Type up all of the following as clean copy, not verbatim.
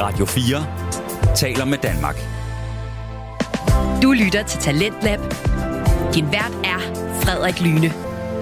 Radio 4 taler med Danmark. Du lytter til Talentlab. Din vært er Frederik Lyne.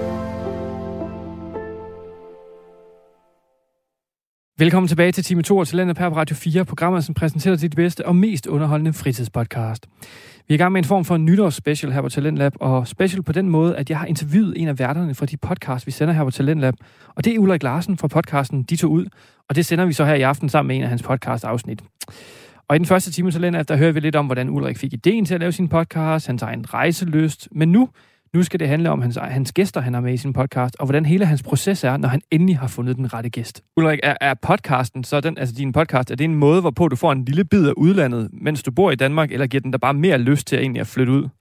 Velkommen tilbage til time 2 af Talentlab her på Radio 4, programmet, som præsenterer dit bedste og mest underholdende fritidspodcast. Vi er i gang med en form for en nytårsspecial her på Talentlab, og special på den måde, at jeg har interviewet en af værterne fra de podcast, vi sender her på Talentlab, og det er Ulrik Larsen fra podcasten De Tog Ud, og det sender vi så her i aften sammen med en af hans podcast-afsnit. Og i den første time af Talentlab, der hører vi lidt om, hvordan Ulrik fik ideen til at lave sin podcast, hans egen rejselyst, men nu skal det handle om hans gæster, han har med i sin podcast, og hvordan hele hans proces er, når han endelig har fundet den rette gæst. Ulrik, er podcasten så din podcast, er det en måde, hvorpå du får en lille bid af udlandet, mens du bor i Danmark, eller giver den der bare mere lyst til egentlig at flytte ud?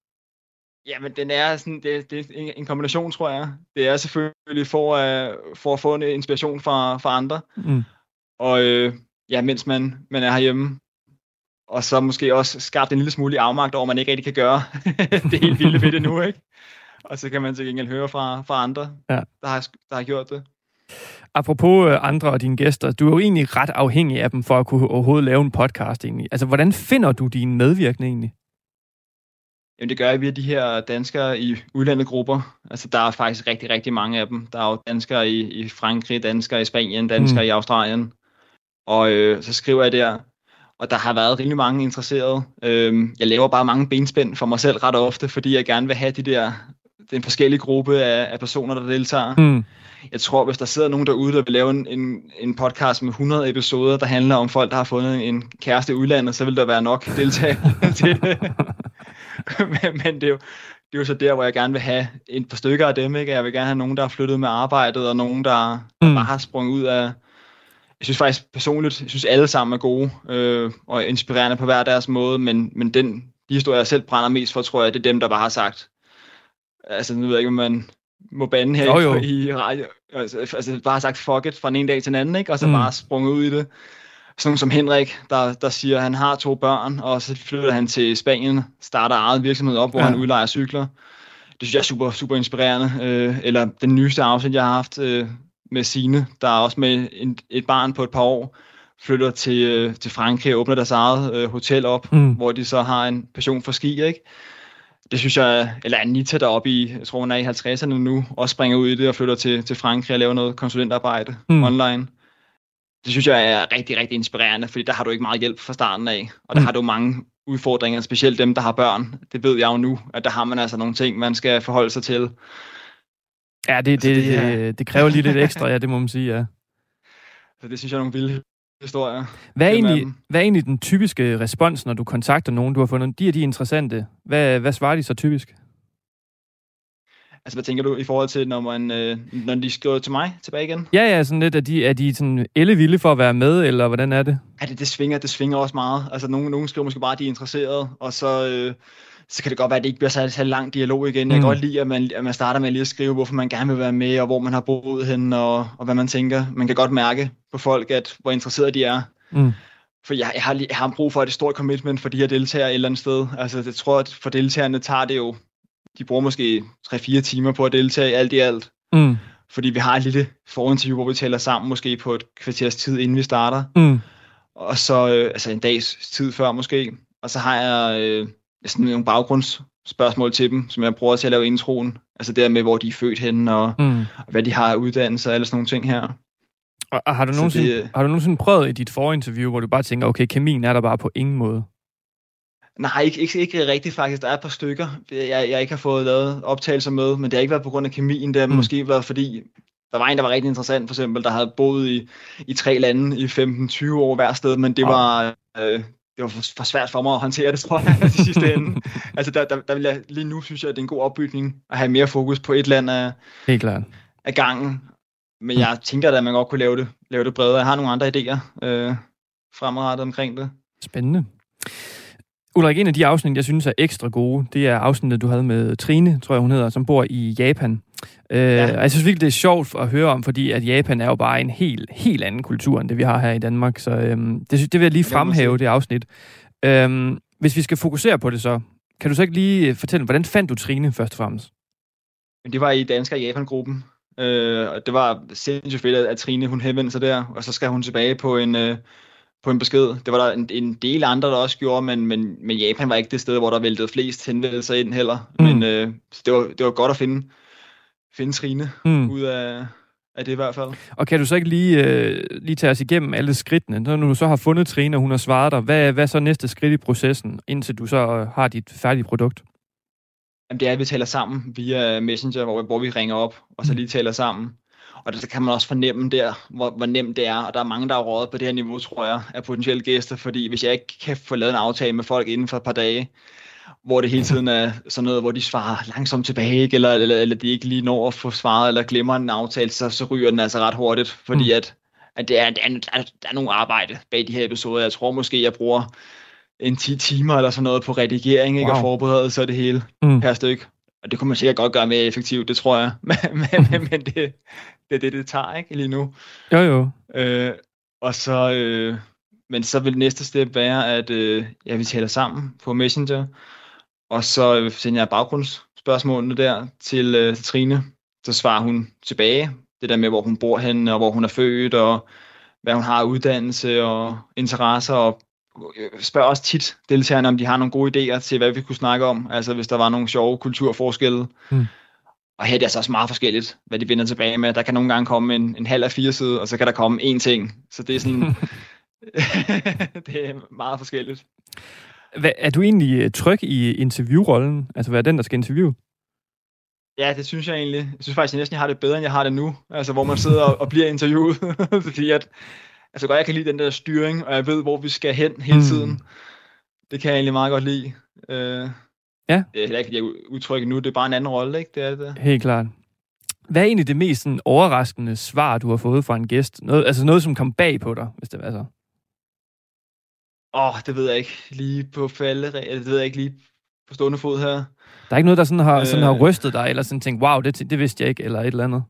Jamen, den er sådan, det er en kombination, tror jeg. Det er selvfølgelig for at få en inspiration fra andre. Mm. Og mens man er herhjemme. Og så måske også skabt en lille smule afmagt over, man ikke rigtig kan gøre det helt vilde ved det nu, ikke? Og så kan man til gengæld høre fra andre, der har gjort det. Apropos andre og dine gæster, du er jo egentlig ret afhængig af dem for at kunne overhovedet lave en podcast egentlig. Altså, hvordan finder du dine medvirkende egentlig? Jamen, det gør jeg via de her danskere i udlandede grupper. Altså, der er faktisk rigtig, rigtig mange af dem. Der er jo danskere i Frankrig, danskere i Spanien, danskere i Australien. Og så skriver jeg der. Og der har været rimelig mange interesserede. Jeg laver bare mange benspænd for mig selv ret ofte, fordi jeg gerne vil have den forskellige gruppe af personer, der deltager. Mm. Jeg tror, hvis der sidder nogen derude, der vil lave en podcast med 100 episoder, der handler om folk, der har fundet en kæreste i udlandet, så vil der være nok deltagere til det. Men det er jo så der, hvor jeg gerne vil have et par stykker af dem. Ikke? Jeg vil gerne have nogen, der har flyttet med arbejdet, og nogen, der bare har sprunget ud af... Jeg synes faktisk personligt, alle sammen er gode og inspirerende på hver deres måde, men de historier, jeg selv brænder mest for, tror jeg, det er dem, der bare har sagt, altså nu ved jeg ikke, om man må bande her i radio, altså bare har sagt fuck it fra en dag til den anden, ikke? Og så bare sprunget ud i det. Sådan som Henrik, der siger, at han har 2 børn, og så flytter han til Spanien, starter eget virksomhed op, hvor han udlejer cykler. Det synes jeg er super, super inspirerende. Eller den nyeste afsnit, jeg har haft... med Signe, der er også med et barn på et par år, flytter til Frankrig og åbner deres eget hotel op, hvor de så har en passion for ski, ikke? Det synes jeg, eller Anita deroppe i, jeg tror hun er i 50'erne nu, også springer ud i det og flytter til Frankrig og laver noget konsulentarbejde online. Det synes jeg er rigtig, rigtig inspirerende, fordi der har du ikke meget hjælp fra starten af, og der har du mange udfordringer, specielt dem, der har børn. Det ved jeg jo nu, at der har man altså nogle ting, man skal forholde sig til. Ja, det kræver lige lidt ekstra, ja, det må man sige, ja. Så det synes jeg er nogle vilde historier. Hvad er egentlig den typiske respons, når du kontakter nogen, du har fundet? De er interessante. Hvad svarer de så typisk? Altså, hvad tænker du i forhold til, når de skriver til mig tilbage igen? Ja, sådan lidt, er de sådan ellevilde for at være med, eller hvordan er det? Ja, det svinger også meget. Altså, nogen skriver måske bare, at de er interesserede, og så kan det godt være, at det ikke bliver så lang dialog igen. Jeg kan godt lide, at man starter med lige at skrive, hvorfor man gerne vil være med, og hvor man har boet henne, og hvad man tænker. Man kan godt mærke på folk, hvor interesserede de er. For jeg har brug for et stort commitment for de her deltagere et eller andet sted. Altså, jeg tror, at for deltagerne tager det jo... De bruger måske 3-4 timer på at deltage alt i alt. Fordi vi har et lille forinterview, hvor vi taler sammen måske på et kvarters tid, inden vi starter. Og så altså en dags tid før måske. Og så har jeg... sådan nogle baggrundsspørgsmål til dem, som jeg bruger til at lave introen. Altså det med, hvor de er født henne, og hvad de har af uddannelse, og alle sådan nogle ting her. Og har du nogensinde prøvet i dit forinterview, hvor du bare tænker, okay, kemien er der bare på ingen måde? Nej, ikke rigtigt faktisk. Der er et par stykker, jeg ikke har fået lavet optagelser med, men det har ikke været på grund af kemien. Det har måske været fordi, der var en, der var rigtig interessant, for eksempel, der havde boet i 3 lande i 15-20 år hver sted, men det var... Det var for svært for mig at håndtere det, tror jeg, i sidste ende. Altså, der vil jeg lige nu, synes jeg, at det er en god opbygning at have mere fokus på et land af gangen. Men jeg tænker da, at man godt kunne lave det bredere. Jeg har nogle andre idéer fremadrettet omkring det. Spændende. Ulrik, en af de afsnit, jeg synes er ekstra gode, det er afsnittet, du havde med Trine, tror jeg hun hedder, som bor i Japan. Og jeg synes virkelig, det er sjovt at høre om, fordi at Japan er jo bare en helt anden kultur, end det vi har her i Danmark. Så det vil jeg lige fremhæve, det afsnit. Hvis vi skal fokusere på det så, kan du så ikke lige fortælle, hvordan fandt du Trine først og fremmest? Det var i Danskere i Japan-gruppen. Det var sindssygt fedt, at Trine hun henvendte sig der, og så skal hun tilbage på på en besked. Det var der en del andre, der også gjorde, men Japan var ikke det sted, hvor der væltede flest henvendelser ind heller. Men så det var godt at finde Trine ud af det i hvert fald. Og kan du så ikke lige tage os igennem alle skridtene? Når du så har fundet Trine, og hun har svaret dig, hvad er så næste skridt i processen, indtil du så har dit færdige produkt? Jamen, det er, at vi taler sammen via Messenger, hvor vi ringer op, og så lige taler sammen. Og der kan man også fornemme der, hvor nemt det er. Og der er mange, der er rådet på det her niveau, tror jeg, af potentielle gæster. Fordi hvis jeg ikke kan få lavet en aftale med folk inden for et par dage, hvor det hele tiden er sådan noget, hvor de svarer langsomt tilbage, ikke? Eller de ikke lige når at få svaret, eller glemmer en aftale, så ryger den altså ret hurtigt. Fordi at der er nogle arbejde bag de her episoder. Jeg tror måske, jeg bruger en 10 timer eller sådan noget på redigering, ikke? Og forberedelse af det hele per stykke. Og det kunne man sikkert godt gøre mere effektivt, det tror jeg. Men det tager, ikke, lige nu. Jo. Og så, men så vil næste step være, at vi taler sammen på Messenger, og så sender jeg baggrundsspørgsmålene der til Trine. Så svarer hun tilbage, det der med, hvor hun bor henne, og hvor hun er født, og hvad hun har af uddannelse og interesser, og spørger også tit deltagerne, om de har nogle gode idéer til, hvad vi kunne snakke om. Altså hvis der var nogle sjove kulturforskelle. Og her er det altså også meget forskelligt, hvad de vender tilbage med. Der kan nogle gange komme en halv af 4 side, og så kan der komme én ting. Så det er sådan, det er meget forskelligt. Er du egentlig tryg i interviewrollen? Altså hvad er den, der skal interviewe? Ja, det synes jeg egentlig. Jeg synes faktisk, at jeg næsten har det bedre, end jeg har det nu. Altså hvor man sidder og bliver interviewet. Fordi at altså godt, jeg kan lide den der styring, og jeg ved, hvor vi skal hen hele tiden. Det kan jeg egentlig meget godt lide. Ja. Det er heller ikke, fordi jeg udtrykker nu, det er bare en anden rolle, ikke? Det er det. Helt klart. Hvad er egentlig det mest sådan, overraskende svar, du har fået fra en gæst? Noget, som kom bag på dig, hvis det var så? Det ved jeg ikke. Lige på falde, det ved jeg ikke lige på stående fod her. Der er ikke noget, der sådan har rystet dig, eller sådan tænkt, wow, det vidste jeg ikke, eller et eller andet?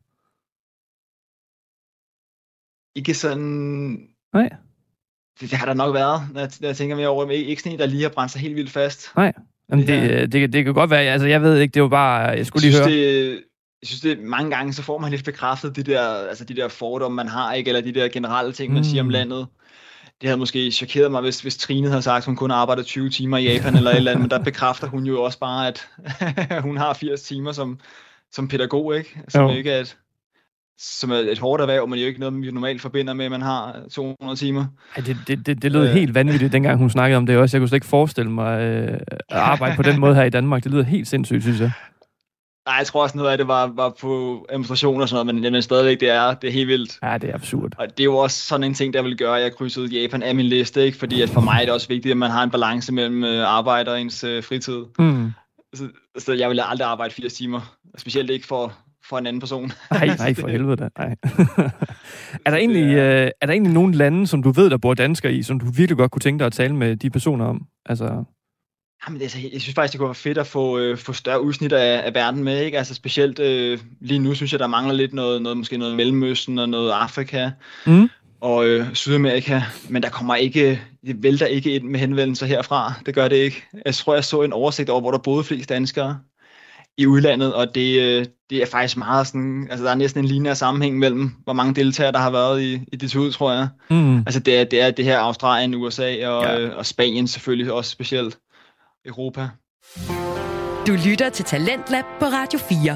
Ikke sådan... Nej. Det har der nok været, når jeg tænker mere over, men ikke sådan en, der lige har brændt sig helt vildt fast. Nej. Jamen, det kan godt være, altså jeg ved ikke, det var bare, jeg skulle lige høre. Jeg synes, det mange gange, så får man lidt bekræftet de der fordomme, man har, ikke, eller de der generelle ting, man siger om landet. Det havde måske chokeret mig, hvis Trine havde sagt, at hun kun arbejder 20 timer i Japan eller et eller andet, men der bekræfter hun jo også bare, at hun har 80 timer som pædagog, ikke? Som er et hårdt erhverv, men jo ikke noget, man normalt forbinder med, at man har 200 timer. Ej, det lød helt vanvittigt, dengang hun snakkede om det også. Jeg kunne slet ikke forestille mig at arbejde på den måde her i Danmark. Det lyder helt sindssygt, synes jeg. Nej, jeg tror også noget af det var på administration og sådan noget, men stadigvæk, det er helt vildt. Ja, det er absurd. Og det er jo også sådan en ting, der vil gøre, at jeg krydsede Japan af min liste, ikke? Fordi at for mig er det også vigtigt, at man har en balance mellem arbejde og ens fritid. Så jeg ville aldrig arbejde 80 timer, specielt ikke for en anden person. Nej, for helvede da. Nej. Er der egentlig nogle lande, som du ved, der bor danskere i, som du virkelig godt kunne tænke dig at tale med de personer om? Altså... Jamen, jeg synes faktisk, det kunne være fedt at få større udsnit af verden med, ikke? Altså specielt lige nu synes jeg, der mangler lidt måske noget Mellemøsten og noget Afrika og Sydamerika, men det vælter ikke ind med henvendelser herfra. Det gør det ikke. Jeg tror, jeg så en oversigt over, hvor der boede flest danskere i udlandet, og det er faktisk meget sådan, altså der er næsten en lineær sammenhæng mellem, hvor mange deltagere, der har været i det ud, tror jeg. Altså det er det her Australien, USA og Spanien selvfølgelig også specielt. Europa. Du lytter til Talentlab på Radio 4.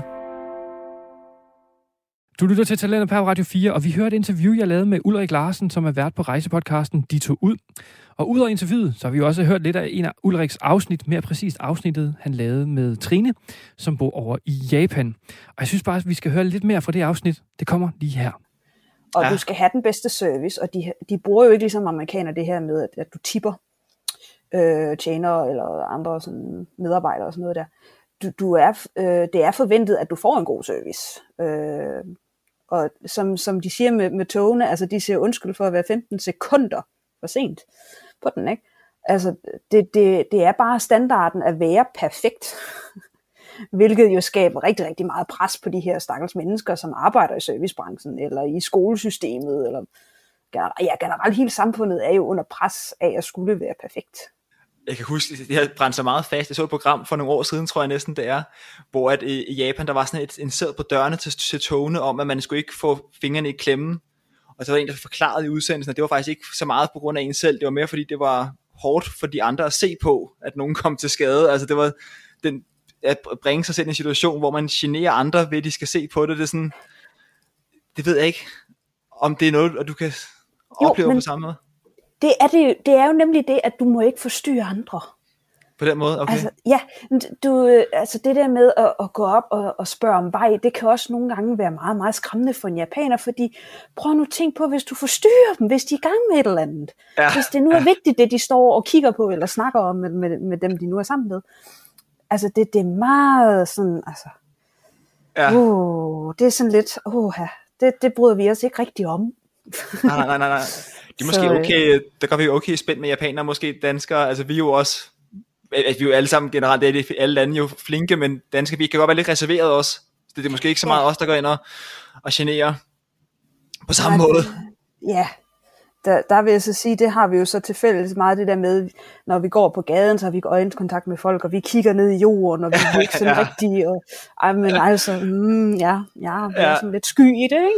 Du lytter til Talentlab på Radio 4, og vi hørte et interview, jeg lavede med Ulrik Larsen, som er vært på rejsepodcasten De Tog Ud. Og ud af interviewet, så har vi også hørt lidt af en af Ulriks afsnit, mere præcist afsnittet, han lavede med Trine, som bor over i Japan. Og jeg synes bare, at vi skal høre lidt mere fra det afsnit. Det kommer lige her. Og du skal have den bedste service, og de bruger jo ikke ligesom amerikanere det her med, at du tipper tjenere eller andre sådan medarbejdere og sådan noget der. Det er forventet, at du får en god service. Og som de siger med togene, altså de siger undskyld for at være 15 sekunder for sent på den, ikke? Altså det er bare standarden at være perfekt, hvilket jo skaber rigtig, rigtig meget pres på de her stakkels mennesker, som arbejder i servicebranchen eller i skolesystemet, eller generelt hele samfundet er jo under pres af at skulle være perfekt. Jeg kan huske, det har brændt så meget fast. Jeg så et program for nogle år siden, tror jeg næsten det er, hvor at i Japan, der var sådan en sæd på dørene til togene om, at man skulle ikke få fingrene i klemmen. og så var der en, der forklarede i udsendelsen, at det var faktisk ikke så meget på grund af en selv, det var mere fordi det var hårdt for de andre at se på, at nogen kom til skade. Altså det var at bringe sig selv i en situation, hvor man generer andre ved, at de skal se på det. Det er sådan, det ved jeg ikke, om det er noget, og du kan opleve på samme måde. Det er jo nemlig det, at du må ikke forstyrre andre. På den måde, okay. Altså, ja, altså det der med at gå op og spørge om vej, det kan også nogle gange være meget, meget skræmmende for en japaner, fordi prøv nu at tænke på, hvis du forstyrrer dem, hvis de er i gang med et eller andet. Ja. Hvis det nu er vigtigt, det de står og kigger på, eller snakker om med dem, de nu er sammen med. Altså det er meget sådan, altså, det er sådan lidt, det bryder vi os ikke rigtig om. Nej. De er måske okay, der går vi jo okay spændt med japanere, måske danskere, altså vi er jo også, at vi jo alle sammen generelt, det er alle lande jo flinke, men danske, vi kan godt være lidt reserveret også. Så det er måske ikke så meget os, der går ind og generer på samme måde. Ja, der vil jeg så sige, det har vi jo så til fælles meget det der med, når vi går på gaden, så har vi øjenkontakt med folk, og vi kigger ned i jorden, og vi er ikke sådan rigtige, og altså, vi er sådan lidt sky i det, ikke?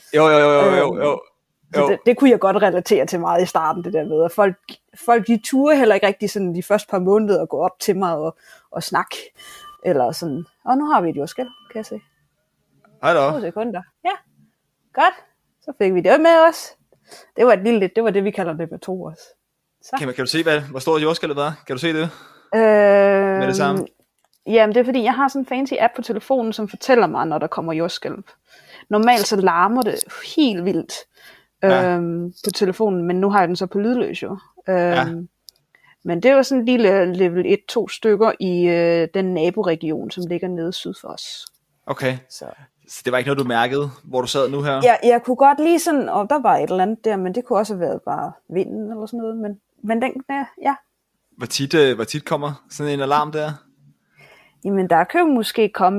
Jo. Det kunne jeg godt relatere til meget i starten, det der med, at folk de turde heller ikke rigtig sådan de første par måneder at gå op til mig og snakke, eller sådan, og nu har vi et jordskælv, kan jeg se. Hej da. 2 sekunder. Ja, godt. Så fik vi det med os. Det var det vi kalder det med 2 også. Så. Kan du se, hvor stort jordskælvet var? Kan du se det? Med det samme? Jamen det er fordi, jeg har sådan en fancy app på telefonen, som fortæller mig, når der kommer jordskælv. Normalt så larmer det helt vildt på telefonen, men nu har jeg den så på lydløs jo. Men det var sådan en lille level 1-2 stykker i den naboregion, som ligger nede syd for os. Okay, så det var ikke noget, du mærkede, hvor du sad nu her? Ja, jeg kunne godt lige sådan, og der var et eller andet der, men det kunne også have været bare vinden eller sådan noget, men den der, ja. Hvor tit kommer sådan en alarm der? Jamen, der kan jo måske komme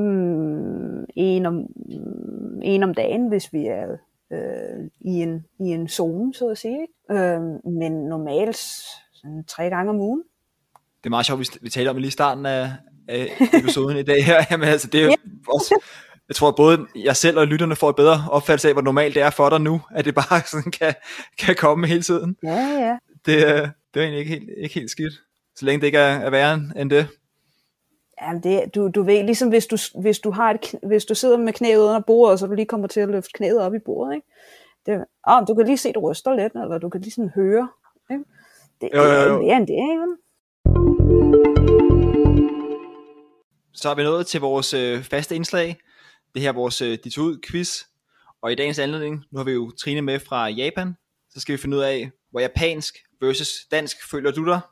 en om dagen, hvis vi er i en zone, så at sige. Men normalt sådan 3 gange om ugen. Det er meget sjovt, vi taler om lige i starten af episoden i dag her. Jamen, altså, det er jo også, jeg tror, at både jeg selv og lytterne får et bedre opfattelse af, hvor normalt det er for dig nu, at det bare sådan kan komme hele tiden. Ja. Det er egentlig ikke helt skidt, så længe det ikke er værre end det. Ja, du ved, ligesom hvis du sidder med knæet under bordet, og så du lige kommer til at løfte knæet op i bordet, ikke? Du kan lige se, du ryster lidt, eller du kan lige sådan høre, ikke? Det er mere end det, ikke? Så er vi nået til vores faste indslag. Det her er vores Dit ud quiz. Og i dagens anledning, nu har vi jo Trine med fra Japan. Så skal vi finde ud af, hvor japansk versus dansk føler du dig.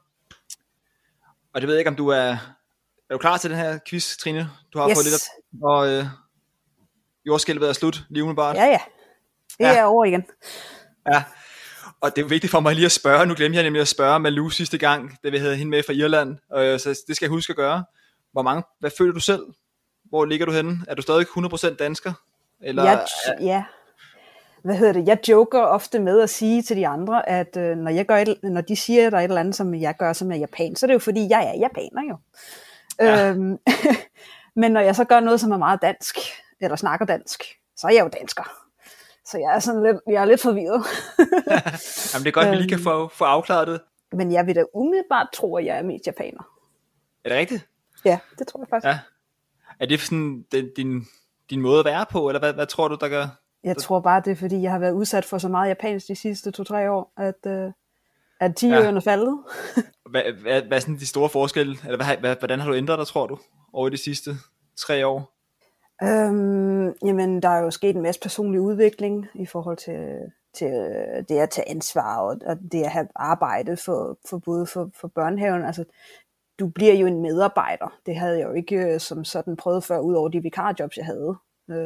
Og det ved jeg ikke, om du er du klar til den her quiz, Trine? Du har fået lidt og jordskælvet er slut lige umiddelbart. Ja. Det er over igen. Ja. Og det er vigtigt for mig lige at spørge. Nu glemte jeg nemlig at spørge Malou sidste gang, da vi havde hende med fra Irland. Så det skal jeg huske at gøre. Hvad føler du selv? Hvor ligger du henne? Er du stadig 100% dansker? Eller ja. Jeg joker ofte med at sige til de andre, at når de siger, at der er et eller andet, som jeg gør, som er japan, så er det jo fordi, jeg er japaner jo. Ja. Men når jeg så gør noget, som er meget dansk, eller snakker dansk, så er jeg jo dansker. Så jeg er lidt forvirret. Jamen det er godt, vi lige kan få afklaret det. Men jeg vil da umiddelbart tro, at jeg er mest japaner. Er det rigtigt? Ja, det tror jeg faktisk. Ja. Er det sådan din måde at være på, eller hvad tror du, der gør? Jeg tror bare, det er fordi, jeg har været udsat for så meget japansk de sidste 2-3 år, at 10 øren er faldet. Hvad er sådan de store forskelle? Eller hvordan har du ændret dig, tror du, over de sidste 3 år? Jamen, der er jo sket en masse personlig udvikling i forhold til det at tage ansvar og det at have arbejde for både for børnehaven. Altså, du bliver jo en medarbejder. Det havde jeg jo ikke som sådan prøvet før, ud over de vikarjobs, jeg havde.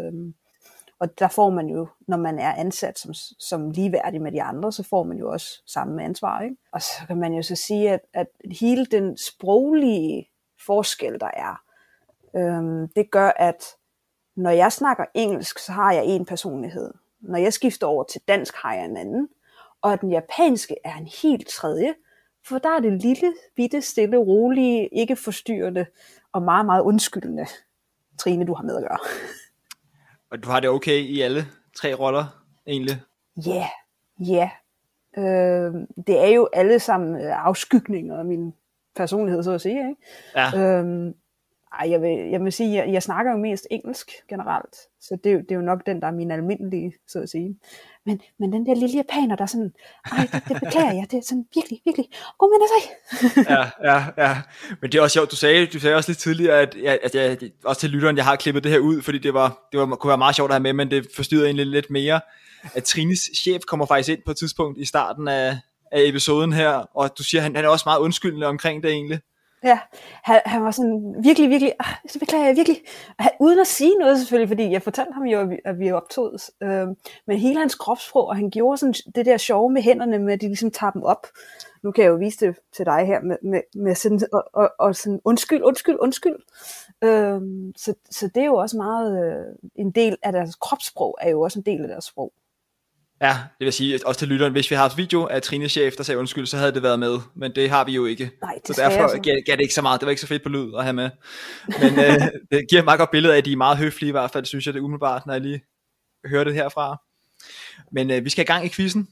Og der får man jo, når man er ansat som ligeværdig med de andre, så får man jo også samme ansvar, ikke? Og så kan man jo så sige, at hele den sproglige forskel, der er, det gør, at når jeg snakker engelsk, så har jeg en personlighed. Når jeg skifter over til dansk, har jeg en anden. Og den japanske er en helt tredje, for der er det lille, bitte, stille, rolige, ikke forstyrrende og meget, meget undskyldende Trine, du har med at gøre. Og du har det okay i alle 3 roller, egentlig? Ja. Det er jo alle sammen afskygninger af min personlighed, så at sige. Ikke? Ja. Jeg vil sige, jeg snakker jo mest engelsk generelt, så det er jo nok den, der er min almindelige, så at sige. Men den der lille japaner, der er sådan, det beklager jeg, det er sådan virkelig, virkelig, men altså. Ja. Men det er også sjovt, du sagde også lidt tidligere, at jeg, også til lytteren, jeg har klippet det her ud, fordi det kunne være meget sjovt at have med, men det forstyrrede egentlig lidt mere, at Trines chef kommer faktisk ind på et tidspunkt i starten af episoden her, og du siger, han er også meget undskyldende omkring det egentlig. Ja, han var sådan virkelig, så beklager jeg virkelig, uden at sige noget selvfølgelig, fordi jeg fortalte ham jo, at vi optog, men hele hans kropssprog, og han gjorde sådan det der sjove med hænderne, med at de ligesom tager dem op. Nu kan jeg jo vise det til dig her, med sådan, og sådan, undskyld. Så det er jo også meget, en del af deres kropssprog, er jo også en del af deres sprog. Ja, det vil sige, også til lytteren, hvis vi har haft video af Trines chef, der sagde undskyld, så havde det været med, men det har vi jo ikke. Nej, så derfor gav det ikke så meget, det var ikke så fedt på lyd at have med. Men det giver et meget godt billede af, at de er meget høflige i hvert fald, synes jeg det er umiddelbart, når jeg lige hører det herfra. Men vi skal i gang i quizzen.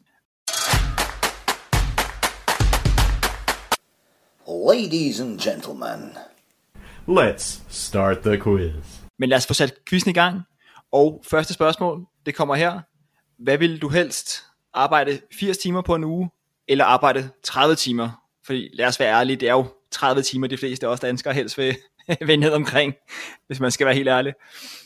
Ladies and gentlemen, let's start the quiz. Men lad os få sat quizzen i gang, og første spørgsmål, det kommer her. Hvad vil du helst? Arbejde 80 timer på en uge, eller arbejde 30 timer? Fordi lad os være ærlige, det er jo 30 timer, de fleste af os danskere helst vil ned omkring, hvis man skal være helt ærlig.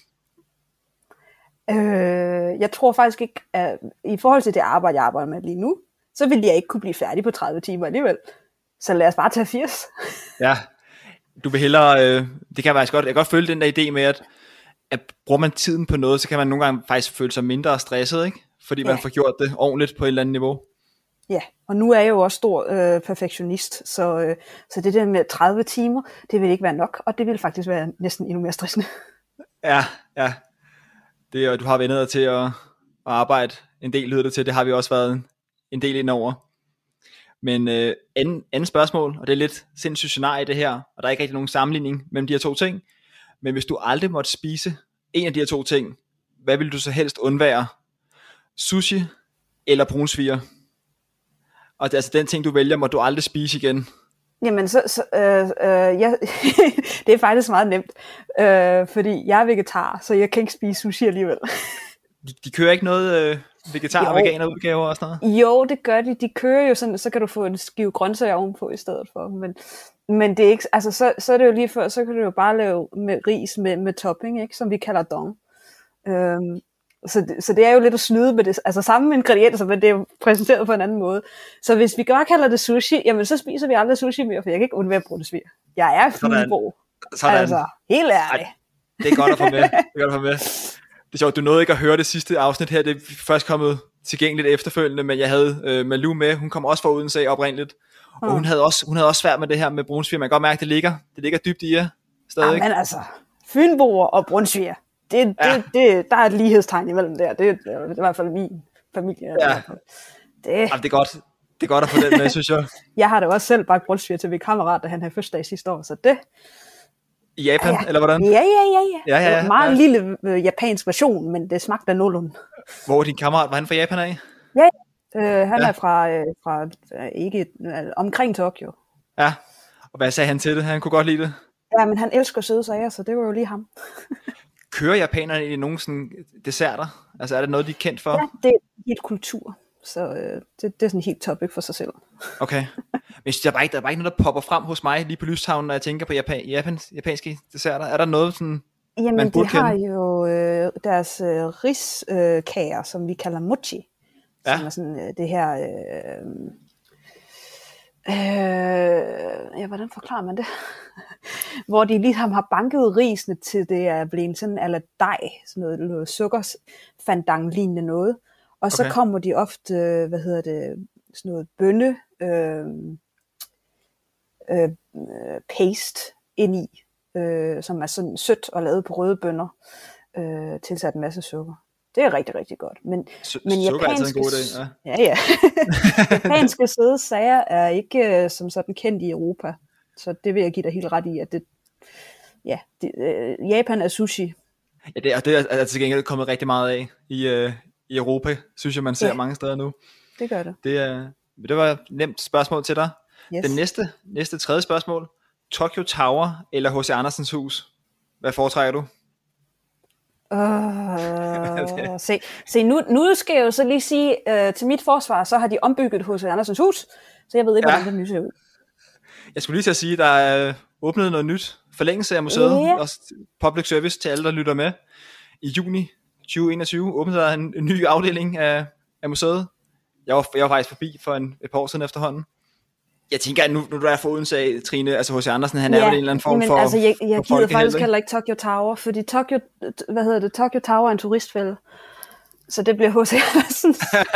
Jeg tror faktisk ikke, at i forhold til det arbejde, jeg arbejder med lige nu, så vil jeg ikke kunne blive færdig på 30 timer alligevel. Så lad os bare tage 80. Ja, du vil hellere, det kan faktisk godt, jeg kan godt følge den der idé med, at bruger man tiden på noget, så kan man nogle gange faktisk føle sig mindre stresset, ikke? Fordi man får gjort det ordentligt på et eller andet niveau. Ja, og nu er jeg jo også stor perfektionist, så det der med 30 timer, det vil ikke være nok, og det vil faktisk være næsten endnu mere stressende. Ja. Du har vendt dig til at arbejde en del, lyder det til, det har vi også været en del indover. Men anden spørgsmål, og det er lidt sindssygt scenarie det her, og der er ikke rigtig nogen sammenligning mellem de her to ting, men hvis du aldrig måtte spise en af de her to ting, hvad vil du så helst undvære? Sushi eller brunsviger? Og det er altså den ting, du vælger, må du aldrig spise igen. Jamen, ja, det er faktisk meget nemt, fordi jeg er vegetar, så jeg kan ikke spise sushi alligevel. De kører ikke noget vegetar- og veganerudgaver og sådan noget? Jo, det gør de. De kører jo sådan, så kan du få en skive grøntsager ovenpå i stedet for. Men det er ikke, altså så er det jo lige før, så kan du jo bare lave med ris med topping, ikke, som vi kalder dong. Så det er jo lidt at snyde med det, altså samme ingredienser, men det er jo præsenteret på en anden måde. Så hvis vi godt kalder det sushi, jamen så spiser vi aldrig sushi mere, for jeg kan ikke undvære brunsviger. Jeg er fynbo. Altså, helt ærligt. Det er godt at få med. Det er sjovt, du nåede ikke at høre det sidste afsnit her, det er først kommet tilgængeligt efterfølgende, men jeg havde Malou med, hun kom også fra Odense oprindeligt, og hun havde også svært med det her med brunsviger. Man kan godt mærke, det ligger dybt i jer stadig. Men altså, fynboer og brunsviger, der er et lighedstegn imellem der. Det er i hvert fald min familie. Ja. Det er godt. Det er godt at få den med, synes jeg. Jeg har da også selv bagt brunsviger til min kammerat, da han havde fødselsdag sidste år, så det... I Japan, eller hvordan? Ja. Meget lille japansk version, men det smagte af nogenlunde. Hvor var din kammerat? Var han fra Japan af? Ja, han er fra ikke omkring Tokyo. Ja, og hvad sagde han til det? Han kunne godt lide det? Ja, men han elsker søde sager, så det var jo lige ham. Kører japanerne i nogle sådan desserter? Altså er det noget, de er kendt for? Ja, det er helt kultur. Så det er sådan helt topic for sig selv. Okay. Men der er bare ikke noget, der popper frem hos mig lige på lystavlen, når jeg tænker på japanske desserter. Er der noget sådan, man burde kende? Jamen, de har jo deres riskager, som vi kalder mochi. Ja. Som er sådan det her... hvordan forklarer man det? Hvor de ligesom har banket risene til det er blevet sådan eller dej, sådan noget sukkerfandang-lignende noget. Og så kommer de ofte, sådan noget bønne paste ind i, som er sådan sødt og lavet på røde bønner, tilsat en masse sukker. Det er rigtig, rigtig godt. Men sukker er altid en god idé, ja. Ja. Japanske søde sager er ikke som sådan kendt i Europa. Så det vil jeg give dig helt ret i, at Japan er sushi. Ja, det er altså til gengæld kommet rigtig meget af i Europa, synes jeg, man ser mange steder nu. Det gør det. Det var et nemt spørgsmål til dig. Yes. Den næste tredje spørgsmål. Tokyo Tower eller H.C. Andersens hus? Hvad foretrækker du? Se, nu skal jeg jo så lige sige, til mit forsvar, så har de ombygget H.C. Andersens hus, så jeg ved ikke, hvordan det nye ser ud. Jeg skulle lige til at sige, der er åbnet noget nyt. Forlængelse af museet, også public service til alle, der lytter med. I juni 2021 åbnede der en ny afdeling af museet. Jeg var faktisk forbi for et par år siden efterhånden. Jeg tænker, at nu du er for Odense af, Trine, altså H.C. Andersen, han er vel en eller anden form for... altså jeg gider faktisk heller ikke Tokyo Tower, fordi Tokyo Tower er en turistfælde. Så det bliver H.C. Andersen.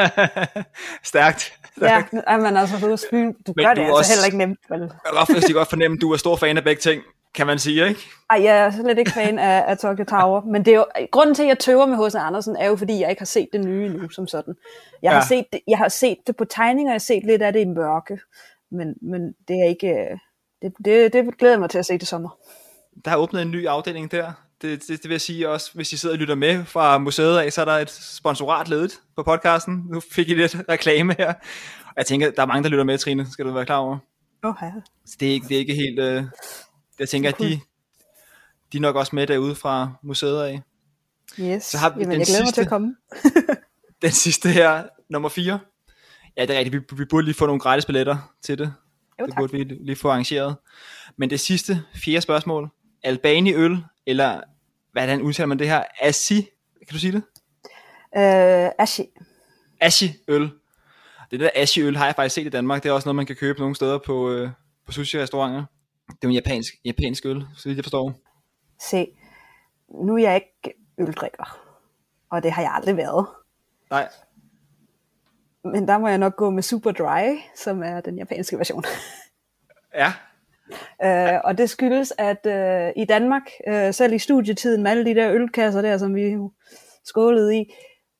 Stærkt. Ja, men altså hos Fyn, du gør det altså også, heller ikke nemt. Vel? Jeg kan godt fornemme, at du er stor fan af begge ting, kan man sige, ikke? Ej, jeg er slet ikke fan af Tokyo Tower, men det er jo, grunden til, at jeg tøver med H.C. Andersen, er jo, fordi jeg ikke har set det nye nu, som sådan. Jeg har set det på tegninger, jeg har set lidt af det i mørke, men det er ikke... Det glæder mig til at se det sommer. Der er åbnet en ny afdeling der. Det vil jeg sige også, hvis I sidder og lytter med fra museet af, så er der et sponsorat ledet på podcasten. Nu fik I lidt reklame her. Og jeg tænker, der er mange, der lytter med, Trine. Skal du være klar over? Så det er ikke helt... jeg tænker, at de er nok også med derude fra museet af. Yes, så har vi jeg glæder mig til at komme. Den sidste her, nummer 4. Ja, det er rigtigt. Vi burde lige få nogle gratis billetter til det. Jo, det burde vi lige få arrangeret. Men det sidste, 4. spørgsmål. Albani-øl, eller hvordan udtaler man det her? Ashi? Kan du sige det? Ashi. Ashi-øl. Det der Ashi-øl har jeg faktisk set i Danmark. Det er også noget, man kan købe nogle steder på sushi-restauranter. Det er en japansk øl, så vidt jeg forstår. Se, nu er jeg ikke øldrikker. Og det har jeg aldrig været. Nej. Men der må jeg nok gå med Super Dry, som er den japanske version. Ja. Og det skyldes, at i Danmark, selv i studietiden med alle de der ølkasser der, som vi skålede i,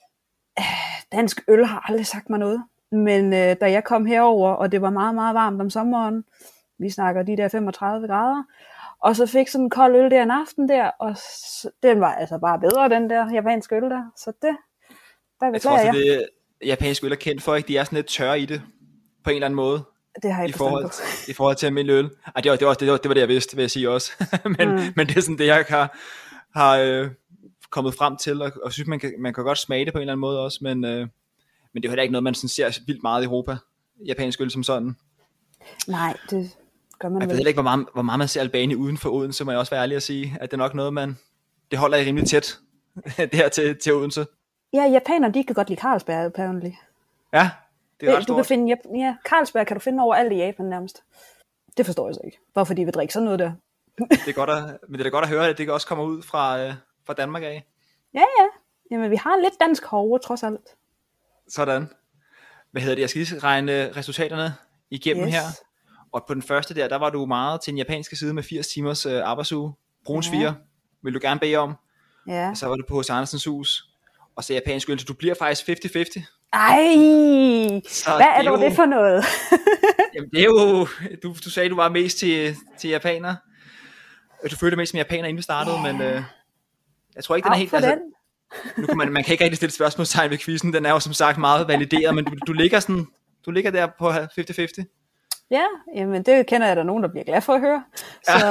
dansk øl har aldrig sagt mig noget. Men da jeg kom herover, og det var meget, meget varmt om sommeren, vi snakker de der 35 grader, og så fik sådan en kold øl der en aften der, og den var altså bare bedre, den der japanske øl der. Så det, der jeg tror også, det japanske øl er kendt for, ikke? De er sådan lidt tørre i det, på en eller anden måde. Det har jeg i forhold til almindelig øl. Ej, det var det, jeg vidste, vil jeg sige også. men det er sådan det, jeg har kommet frem til, og synes, man kan godt smage det på en eller anden måde også, men det er heller ikke noget, man sådan ser vildt meget i Europa, japansk øl som sådan. Nej, det gør man jeg ved heller ikke, hvor meget man ser Albani uden for Odense, må jeg også være ærlig at sige, at det er nok noget, det holder i rimelig tæt, det her til Odense. Ja, japanere, de kan godt lide Carlsberg, apparently. Ja, det er ret stort. Carlsberg kan du finde overalt i Japan nærmest. Det forstår jeg så ikke. Bare fordi vi drikker sådan noget der. Det er godt men det er da godt at høre, at det også kommer ud fra Danmark af. Ja. Jamen, vi har lidt dansk herovre, trods alt. Sådan. Hvad hedder det? Jeg skal lige regne resultaterne igennem her. Og på den første der var du meget til den japanske side med 80 timers arbejdsuge. Bruns 4 vil du gerne bede om. Ja. Og så var du på H.C. Andersens hus. Og så japansk øl, så du bliver faktisk 50-50. Ej, hvad er dog det for noget? Jamen det er jo, du sagde, du var mest til japaner. Du følte mest som japaner, inden vi startede, men jeg tror ikke, den er helt... Altså, nu kan man kan ikke rigtig stille spørgsmålstegn ved quizzen, den er jo som sagt meget valideret, men du ligger der på 50-50. Ja, jamen det kender jeg, der nogen, der bliver glad for at høre. Så,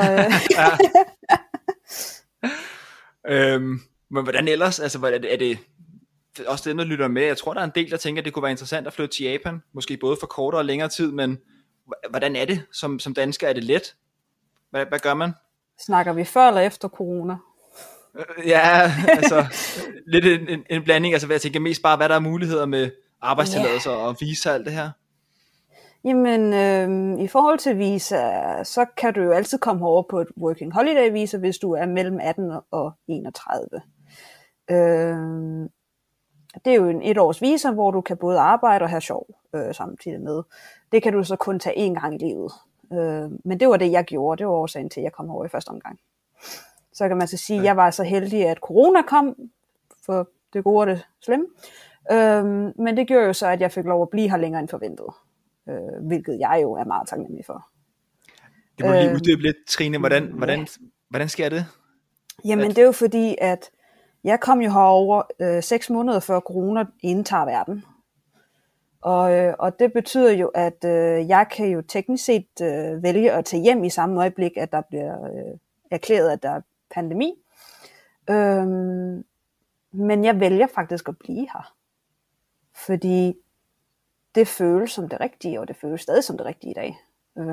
men hvordan ellers? Altså, er det også dem, der lytter med? Jeg tror, der er en del, der tænker, at det kunne være interessant at flytte til Japan. Måske både for kortere og længere tid, men hvordan er det som dansker? Er det let? Hvad gør man? Snakker vi før eller efter corona? Ja, altså lidt en blanding. Altså, jeg tænker mest bare, hvad der er muligheder med arbejdstilladelser og visa og alt det her. Jamen, i forhold til visa, så kan du jo altid komme over på et working holiday visa, hvis du er mellem 18 og 31. Det er jo en 1 års visa, hvor du kan både arbejde og have sjov samtidig med. Det kan du så kun tage 1 gang i livet. Men det var det, jeg gjorde. Det var årsagen til, at jeg kom over i første omgang. Så kan man så sige, at jeg var så heldig, at corona kom, for det gode og det slemme. Men det gjorde jo så, at jeg fik lov at blive her længere end forventet. Hvilket jeg jo er meget taknemmelig for. Det må lige uddybe lidt, Trine. Hvordan sker det? Jamen det er jo fordi, at Jeg kom jo herover 6 måneder før corona indtager verden. Og det betyder jo, at jeg kan jo teknisk set vælge at tage hjem i samme øjeblik, at der bliver erklæret, at der er pandemi. Men jeg vælger faktisk at blive her. Fordi det føles som det rigtige, og det føles stadig som det rigtige i dag.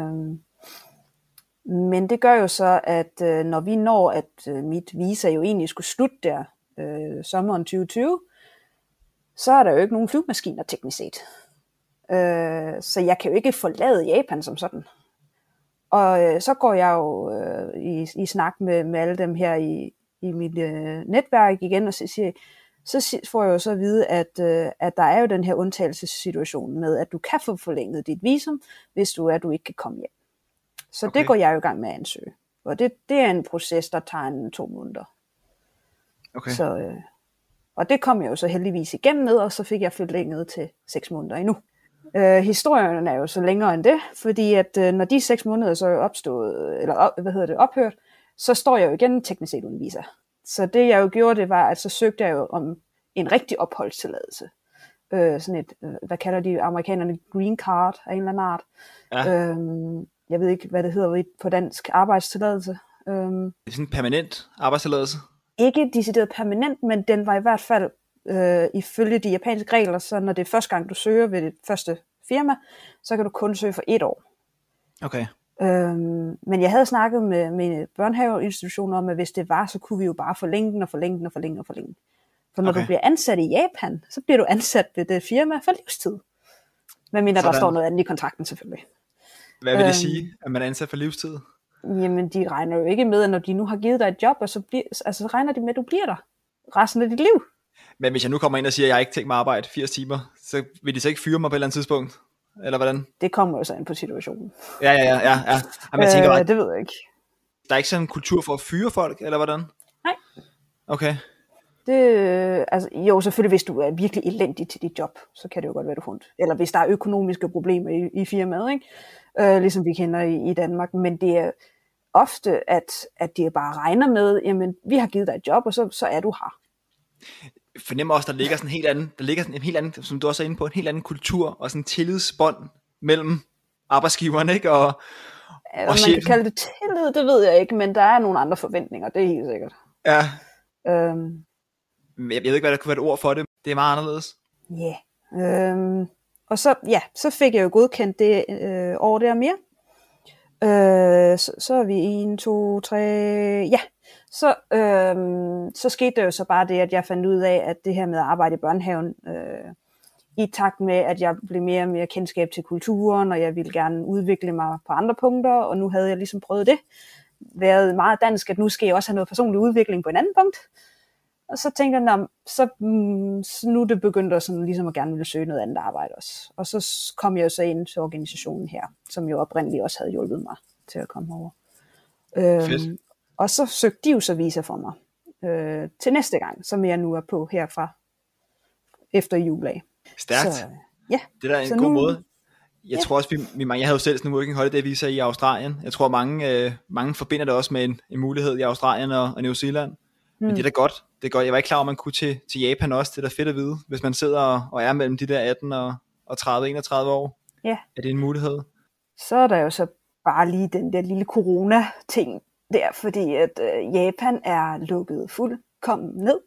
Men det gør jo så, at når vi når, at mit visa jo egentlig skulle slutte der sommeren 2020, så er der jo ikke nogen flyvemaskiner teknisk set. Så jeg kan jo ikke forlade Japan som sådan. Og så går jeg jo i snak med alle dem her i mit netværk igen, og så får jeg jo så at vide, at der er jo den her undtagelsessituation med, at du kan få forlænget dit visum, hvis du ikke kan komme hjem. Så okay. Det går jeg jo i gang med at ansøge. Og det er en proces, der tager 2 måneder. Okay. Så, og det kom jeg jo så heldigvis igennem med, og så fik jeg forlænget til 6 måneder endnu. Historien er jo så længere end det, fordi at når de 6 måneder så er opstået, eller ophørt, så står jeg jo igen teknisk set uden visa. Så det jeg jo gjorde, det var, at så søgte jeg jo om en rigtig opholdstilladelse. Sådan et, hvad kalder de amerikanerne, green card af en eller anden art. Ja. Jeg ved ikke, hvad det hedder på dansk, arbejdstilladelse. Det er sådan en permanent arbejdstilladelse? Ikke decideret permanent, men den var i hvert fald ifølge de japanske regler, så når det er første gang, du søger ved det første firma, så kan du kun søge for 1 år. Okay. Men jeg havde snakket med mine børnehaveinstitutioner om, at hvis det var, så kunne vi jo bare forlænge den. For når du bliver ansat i Japan, så bliver du ansat ved det firma for livstid. Men mindre der står noget andet i kontrakten selvfølgelig. Hvad vil det sige, at man er ansat for livstid? Jamen, de regner jo ikke med, at når de nu har givet dig et job, og så regner de med, at du bliver der resten af dit liv. Men hvis jeg nu kommer ind og siger, at jeg ikke tænker mig at arbejde 80 timer, så vil de så ikke fyre mig på et eller andet tidspunkt? Eller hvordan? Det kommer jo så ind på situationen. Ja. Jamen, jeg tænker bare, det ved jeg ikke. Der er ikke sådan en kultur for at fyre folk, eller hvordan? Nej. Okay. Jo, selvfølgelig hvis du er virkelig elendig til dit job, så kan det jo godt være, du får ondt. Eller hvis der er økonomiske problemer i firmaet, ikke? Ligesom vi kender i Danmark. Men det er ofte, at de bare regner med, jamen, vi har givet dig et job, og så er du her. Jeg fornemmer også, der ligger sådan en helt anden, som du også er inde på, en helt anden kultur og sådan en tillidsbånd mellem arbejdsgiveren, ikke? Og man kan kalde det tillid, det ved jeg ikke, men der er nogle andre forventninger, det er helt sikkert. Ja. Jeg ved ikke, hvad der kunne være et ord for det. Det er meget anderledes. Ja. Og så fik jeg jo godkendt det år der mere. Så er vi 1, 2, 3... Ja. Så skete der jo så bare det, at jeg fandt ud af, at det her med at arbejde i børnehaven, i takt med, at jeg blev mere og mere kendskab til kulturen, og jeg ville gerne udvikle mig på andre punkter, og nu havde jeg ligesom prøvet det. Været meget dansk, at nu skal jeg også have noget personlig udvikling på en anden punkt. Og så tænkte jeg, så nu er det begyndt at sådan, ligesom at gerne ville søge noget andet arbejde også. Og så kom jeg jo så ind til organisationen her, som jo oprindeligt også havde hjulpet mig til at komme over. Og så søgte de jo så visa for mig til næste gang, som jeg nu er på herfra efter jul af. Stærkt. Så, ja. Det er da en god måde. Jeg tror også, jeg havde jo selv sådan en working holiday visa i Australien. Jeg tror, mange forbinder det også med en mulighed i Australien og New Zealand. Men det er da godt. Det er godt. Jeg var ikke klar over, at man kunne til Japan også. Det er da fedt at vide, hvis man sidder og er mellem de der 18 og 30-31 år. Ja. Er det en mulighed? Så er der jo så bare lige den der lille corona-ting der, fordi at Japan er lukket fuldkommen ned.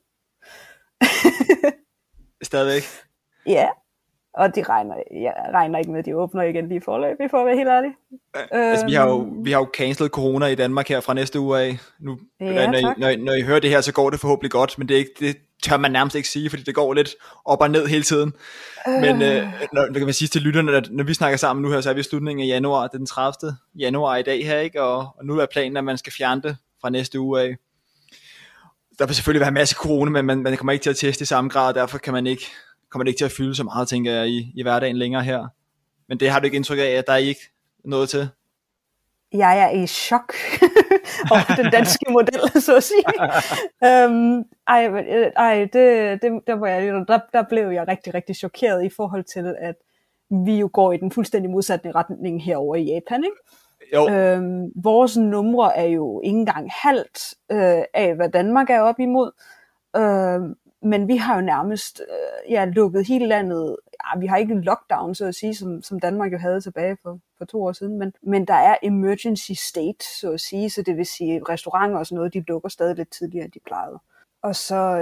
Stadigvæk? Ja, og jeg regner ikke med, at de åbner igen lige forløbig, for at være helt ærlig. Altså, vi har jo cancelled corona i Danmark her fra næste uge af. Nu, når I hører det her, så går det forhåbentlig godt, men det tør man nærmest ikke sige, fordi det går lidt op og ned hele tiden. Men når kan man sige til lytterne, at når vi snakker sammen nu her, så er vi i slutningen af januar, den 30. januar i dag her, ikke? Og nu er planen, at man skal fjerne det fra næste uge af. Der vil selvfølgelig være en masse corona, men man kommer ikke til at teste i samme grad, og derfor kommer det ikke til at fylde så meget, tænker jeg, i hverdagen længere her. Men det har du ikke indtryk af, at der er ikke noget til? Jeg er i chok over den danske model, så at sige. Der blev jeg rigtig, rigtig chokeret i forhold til, at vi jo går i den fuldstændig modsatte retning herovre i Japan, ikke? Jo. Vores numre er jo ikke engang halvt af, hvad Danmark er op imod. Men vi har jo nærmest lukket hele landet. Ja, vi har ikke en lockdown, så at sige, som Danmark jo havde tilbage for 2 år siden, men der er emergency state, så at sige, så det vil sige, restauranter og sådan noget, de lukker stadig lidt tidligere, end de plejede. Og så,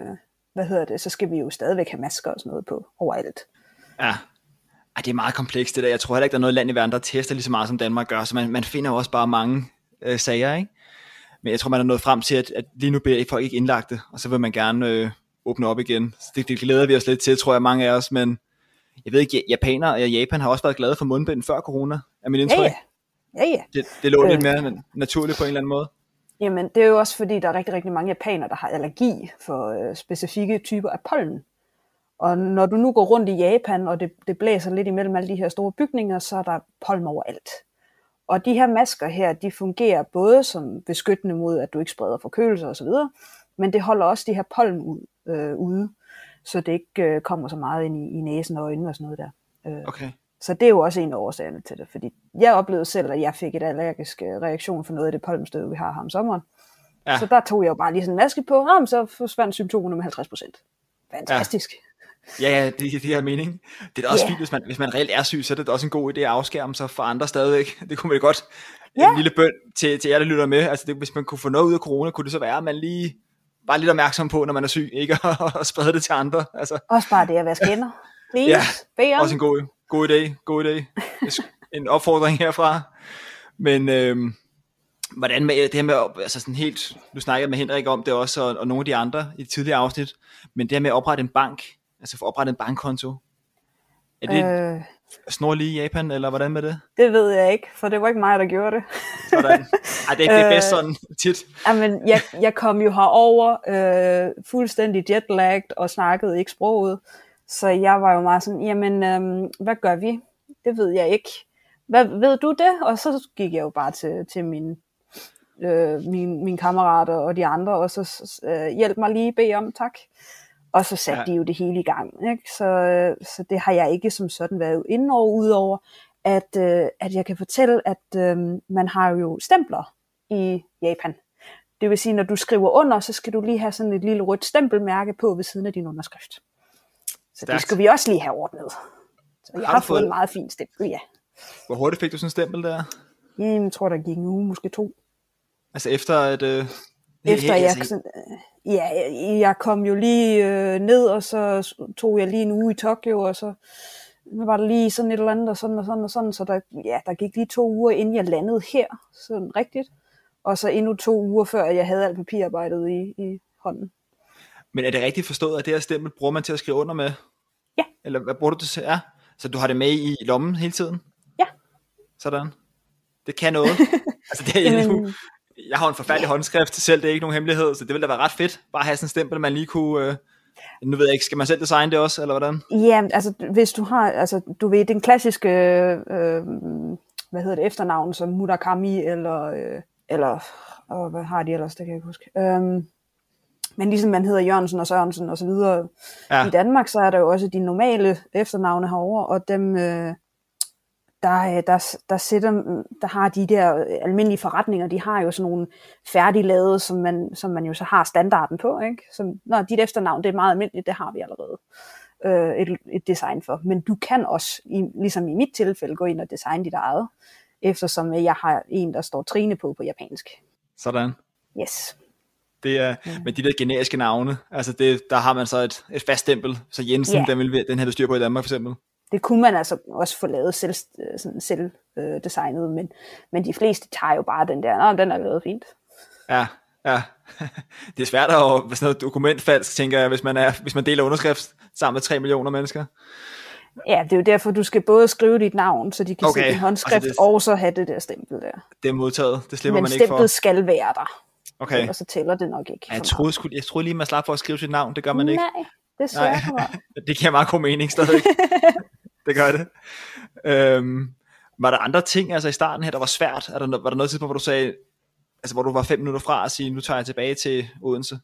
så skal vi jo stadigvæk have masker og sådan noget på overalt. Ja, det er meget komplekst det der. Jeg tror heller ikke, der er noget land i verden, der tester lige så meget, som Danmark gør, så man finder jo også bare mange sager, ikke? Men jeg tror, man er nået frem til, at lige nu bliver folk ikke indlagte, og så vil man gerne åbne op igen. Så det glæder vi os lidt til, tror jeg, mange af os, men jeg ved ikke, japanere og Japan har også været glade for mundbind før corona, er mit indtryk. Ja. Det lå lidt mere naturligt på en eller anden måde. Jamen, det er jo også fordi, der er rigtig, rigtig mange japanere, der har allergi for specifikke typer af pollen. Og når du nu går rundt i Japan, og det blæser lidt imellem alle de her store bygninger, så er der pollen overalt. Og de her masker her, de fungerer både som beskyttende mod, at du ikke spreder forkølelser osv., men det holder også de her pollen ude, så det ikke kommer så meget ind i næsen og øjnene og sådan noget der. Okay. Så det er jo også en af årsagerne til det, fordi jeg oplevede selv, at jeg fik et allergisk reaktion for noget af det pollenstøv, vi har her om sommeren. Ja. Så der tog jeg jo bare lige sådan en maske på, så forsvandt symptomerne med 50%. Fantastisk. Ja, det giver mening. Det er da også fint, hvis man reelt er syg, så er det også en god idé at afskærme sig for andre stadigvæk. Det kunne man godt. En lille bøn til jer, der lytter med. Altså hvis man kunne få noget ud af corona, kunne det så være, at man lige bare lidt opmærksom på, når man er syg, ikke at sprede det til andre. Altså. Også bare det at vaske hænder. Ja, også en god idé. En opfordring herfra. Men hvordan med det her med, altså sådan helt, nu snakker jeg med Henrik om det også, og nogle af de andre i det tidligere afsnit, men det her med at oprette en bank, altså for at oprette en bankkonto, er det snorlig i Japan, eller hvordan med det? Det ved jeg ikke, for det var ikke mig, der gjorde det. Sådan. Ej, det er bedst sådan tit. Jamen, jeg kom jo herover fuldstændig jetlagget og snakkede ikke sproget, så jeg var jo meget sådan, jamen, hvad gør vi? Det ved jeg ikke. Hvad ved du det? Og så gik jeg jo bare til mine kammerater og de andre, og så hjælp mig lige, bed om, tak. Og så satte de jo det hele i gang. Ikke? Så det har jeg ikke som sådan været inde over, udover at jeg kan fortælle, at man har jo stempler i Japan. Det vil sige, når du skriver under, så skal du lige have sådan et lille rødt stempelmærke på ved siden af din underskrift. Så det skal vi også lige have ordnet. Så jeg har fået en meget fin stempel, ja. Hvor hurtigt fik du sådan en stempel der? Jeg tror, der gik en uge, måske 2. Altså efter at... jeg kom jo lige ned, og så tog jeg lige en uge i Tokyo, og så var der lige sådan et eller andet, og sådan, så der gik lige 2 uger, inden jeg landede her, sådan rigtigt. Og så endnu 2 uger, før jeg havde alt papirarbejdet i hånden. Men er det rigtigt forstået, at det her stempel bruger man til at skrive under med? Ja. Eller hvad bruger du det til? Ja. Så du har det med i lommen hele tiden? Ja. Sådan. Det kan noget. Altså det er jeg har en forfærdelig håndskrift selv, det er ikke nogen hemmelighed, så det ville da være ret fedt, bare at have sådan en stempel, man lige kunne, nu ved jeg ikke, skal man selv designe det også, eller hvordan? Ja, altså hvis du har, altså du ved, den klassiske, efternavn, som Murakami, eller hvad har de ellers, det kan jeg ikke huske. Men ligesom man hedder Jørgensen og Sørensen og så videre i Danmark, så er der jo også de normale efternavne herovre, og dem... Der har de der almindelige forretninger, de har jo sådan nogle færdiglavede, som man jo så har standarden på, ikke? Som, dit efternavn, det er meget almindeligt, det har vi allerede et design for. Men du kan også, ligesom i mit tilfælde, gå ind og designe dit eget, eftersom jeg har en, der står Trine på japansk. Sådan. Yes. Det er med de der generiske navne, altså der har man så et fast stempel, så Jensen, den havde styr på i Danmark for eksempel. Det kunne man altså også få lavet selv designet, men de fleste tager jo bare den der, den er lavet fint. Ja. Det er svært at sådan noget dokumentfalsk, tænker jeg, hvis man deler underskrift sammen med 3 millioner mennesker. Ja, det er jo derfor, du skal både skrive dit navn, så de kan se din håndskrift, og så have det der stempel der. Det er modtaget, det slipper men man ikke for. Men stemplet skal være der. Okay. Og så tæller det nok ikke. Ja, jeg troede lige, man slap for at skrive sit navn, det gør man ikke. Nej, det er svært. Det giver meget god mening stadig. Det gør det. Var der andre ting altså i starten her, der var svært? Var der noget tidspunkt, hvor du sagde, altså hvor du var 5 minutter fra at sige, nu tager jeg tilbage til Odense?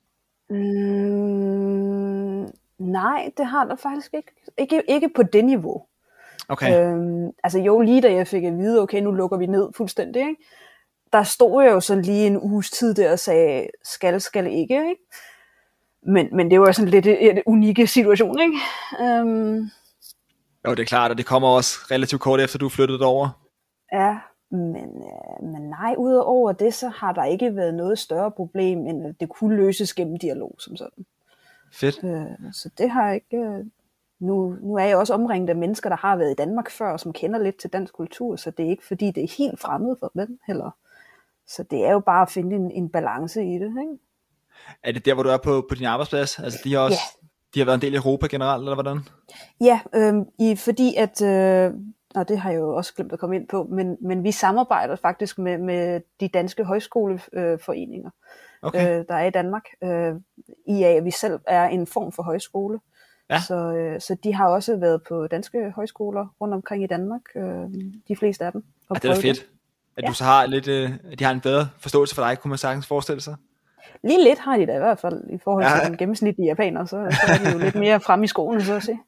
Nej, det har der faktisk ikke. Ikke på det niveau. Okay. Altså jo, lige da jeg fik at vide, okay, nu lukker vi ned fuldstændig, ikke? Der stod jeg jo sådan lige en uges tid der og sagde, skal ikke, ikke? Men det var sådan lidt en unikke situation, ikke? Jo, det er klart, og det kommer også relativt kort efter, du flyttede over. Ja, men nej, udover det, så har der ikke været noget større problem, end at det kunne løses gennem dialog som sådan. Fedt. Så det har ikke... Nu er jeg også omringet af mennesker, der har været i Danmark før, som kender lidt til dansk kultur, så det er ikke fordi, det er helt fremmed for dem heller. Så det er jo bare at finde en balance i det, ikke? Er det der, hvor du er på din arbejdsplads? Altså, de har været en del i Europa generelt, eller hvordan? Ja, fordi at... og det har jeg jo også glemt at komme ind på, men vi samarbejder faktisk med de danske højskoleforeninger, der er i Danmark, i at vi selv er en form for højskole. Ja. Så de har også været på danske højskoler rundt omkring i Danmark, de fleste af dem. Det er fedt, at du så har lidt, de har en bedre forståelse for dig, kunne man sagtens forestille sig. Lige lidt har de da i hvert fald, i forhold til den gennemsnitlige japaner, så er de jo lidt mere fremme i skoene, så at sige.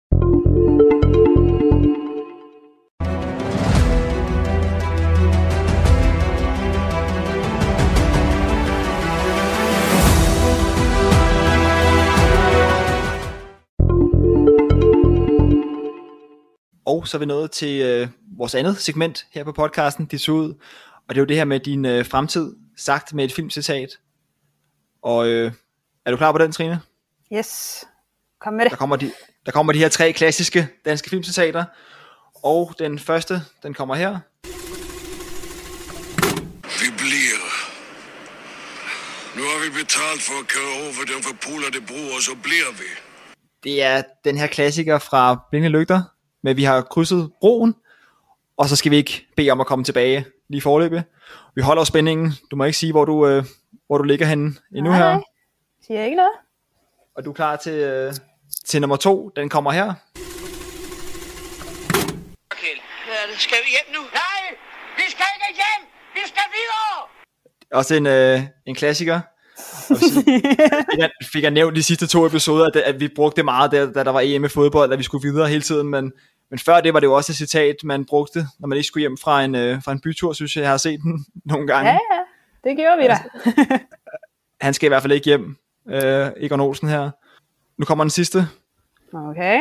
Og så er vi nået til vores andet segment her på podcasten, Dit ud. Og det er jo det her med din fremtid, sagt med et filmcitat. Og er du klar på den, Trine? Yes, kom med det. Der kommer de her 3 klassiske danske filmcitater. Og den første, den kommer her. Vi bliver. Nu har vi betalt for at køre over for den forpulede bro, og så bliver vi. Det er den her klassiker fra Blinkende Lygter. Men vi har krydset broen, og så skal vi ikke bede om at komme tilbage lige forløbet. Vi holder spændingen. Du må ikke sige, hvor du ligger henne endnu her. Nej, siger ikke noget. Og du er klar til nummer 2. Den kommer her. Okay, skal vi hjem nu? Nej, vi skal ikke hjem! Vi skal videre! Også en klassiker. Fik jeg nævnt de sidste 2 episoder, at vi brugte det meget, da der var EM i fodbold, at vi skulle videre hele tiden, men før det var det jo også et citat, man brugte, når man ikke skulle hjem fra en bytur, synes jeg har set den nogle gange. Ja, det gjorde vi da. Han skal i hvert fald ikke hjem, Egon Olsen her. Nu kommer den sidste. Okay.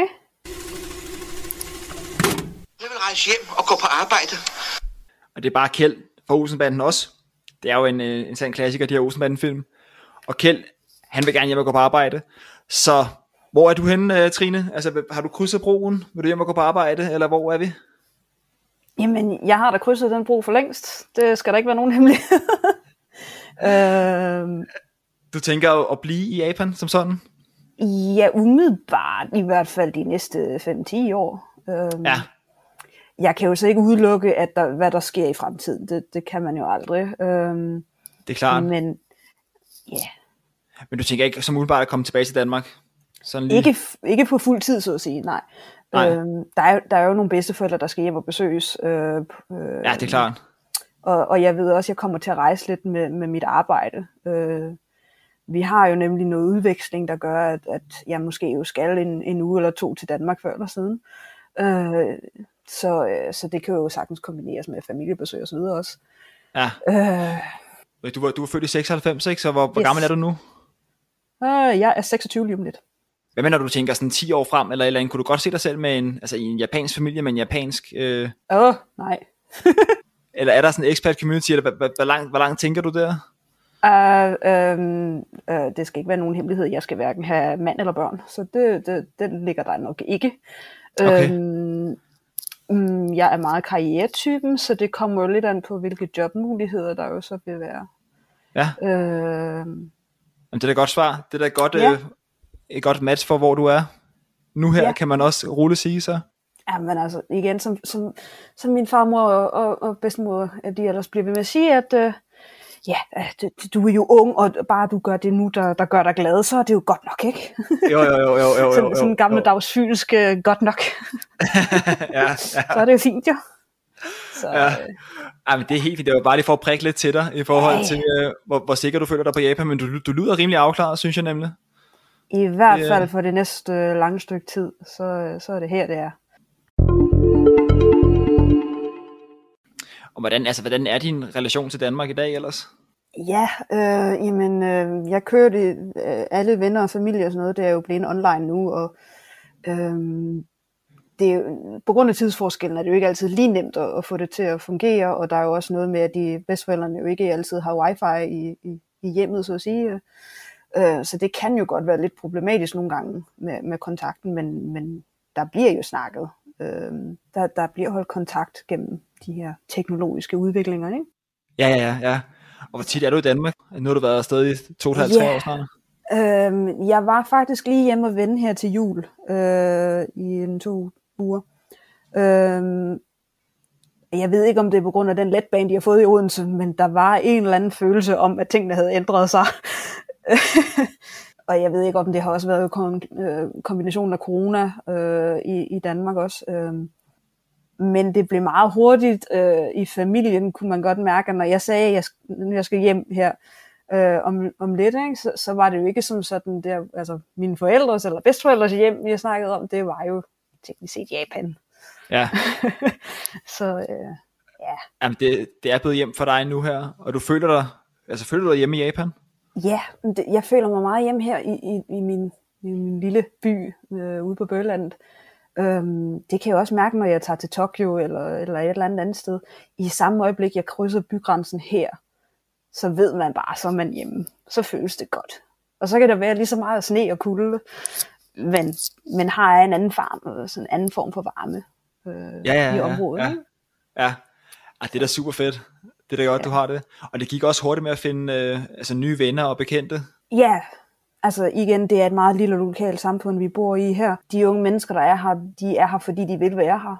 Jeg vil rejse hjem og gå på arbejde. Og det er bare Kjeld fra Olsenbanden også. Det er jo en sand klassiker, de her Olsenbanden-film. Og Kjeld, han vil gerne hjem og gå på arbejde. Så hvor er du henne, Trine? Altså, har du krydset broen? Vil du hjem og gå på arbejde, eller hvor er vi? Jamen, jeg har da krydset den bro for længst. Det skal der ikke være nogen hemmelighed. Du tænker at blive i Japan som sådan? Ja, umiddelbart i hvert fald de næste 5-10 år. Ja. Jeg kan jo så ikke udelukke, at hvad der sker i fremtiden. Det kan man jo aldrig. Det er klart. Men ja. Men du tænker ikke som umiddelbart at komme tilbage til Danmark? Sådan lige... Ikke på fuld tid, så at sige, nej. Der er jo nogle bedsteforældre, der skal hjem og besøges. Ja, det er klart. Og jeg ved også, at jeg kommer til at rejse lidt med mit arbejde. Vi har jo nemlig noget udveksling, der gør, at jeg måske jo skal en uge eller 2 til Danmark før eller siden. Så det kan jo sagtens kombineres med familiebesøg og så videre også. Ja. Du var født i 96, ikke? Så hvor gammel er du nu? Jeg er 26 lige om lidt. Hvad mener du tænker sådan 10 år frem, eller andet? Kunne du godt se dig selv med i en japansk familie, med en japansk... Nej. Eller er der sådan en expat community, eller hvor langt tænker du der? Det skal ikke være nogen hemmelighed. Jeg skal hverken have mand eller børn, så den ligger der nok ikke. Okay. Jeg er meget karrieretypen, så det kommer jo lidt an på, hvilke jobmuligheder der jo så vil være. Ja. Men det er da godt svar. Det er da godt, et godt match for, hvor du er. Nu her kan man også roligt sige så. Ja, men altså igen, som min farmor og bedstemor, at de ellers bliver ved med at sige, at du er jo ung, og bare du gør det nu, der gør dig glad, så er det jo godt nok, ikke? Jo. Sådan en gammeldags fynsk godt nok. ja. Så er det jo fint, jo. Så, men det er helt fint. Det var bare lige for at prikke lidt til dig, i forhold til, hvor sikker du føler dig på Japan, men du lyder rimelig afklaret, synes jeg nemlig. I hvert fald for det næste lange stykke tid, så er det her, det er. Og hvordan er din relation til Danmark i dag ellers? Ja, jeg kører det, alle venner og familie og sådan noget, det er jo blevet online nu, og det er jo, på grund af tidsforskellen er det jo ikke altid lige nemt at få det til at fungere, og der er jo også noget med, at de bedsteforældrene jo ikke altid har wifi i hjemmet, så at sige. Så det kan jo godt være lidt problematisk nogle gange med kontakten, men der bliver jo snakket. Der bliver holdt kontakt gennem de her teknologiske udviklinger, ikke? Ja. Og hvor tit er du i Danmark? Nu har du været afsted i 2,5-3 år snart. Jeg var faktisk lige hjemme og vende her til jul i 2 uger. Jeg ved ikke, om det er på grund af den letbane, de har fået i Odense, men der var en eller anden følelse om, at tingene havde ændret sig. Og jeg ved ikke, om det har også været kombinationen af corona i Danmark også. Men det blev meget hurtigt i familien, kunne man godt mærke, at når jeg sagde, at jeg skal hjem her om lidt, ikke, så var det jo ikke som sådan der, altså mine forældres eller bedsteforældres hjem, vi har snakket om, det var jo teknisk set Japan. Ja. Så ja. Jamen, det er blevet hjem for dig nu her, og du føler dig hjemme i Japan? Ja, jeg føler mig meget hjemme her i min lille by ude på Bøgelandet. Det kan jeg også mærke, når jeg tager til Tokyo eller et eller andet sted. I samme øjeblik, jeg krydser bygrænsen her, så ved man bare, så er man hjemme. Så føles det godt. Og så kan der være lige så meget sne og kulde, men har en anden form for varme i området. Ja. Det er da super fedt. Det er da godt, du har det. Og det gik også hurtigt med at finde nye venner og bekendte. Ja, altså igen, det er et meget lille lokalt samfund, vi bor i her. De unge mennesker, der er her, de er her, fordi de vil være her.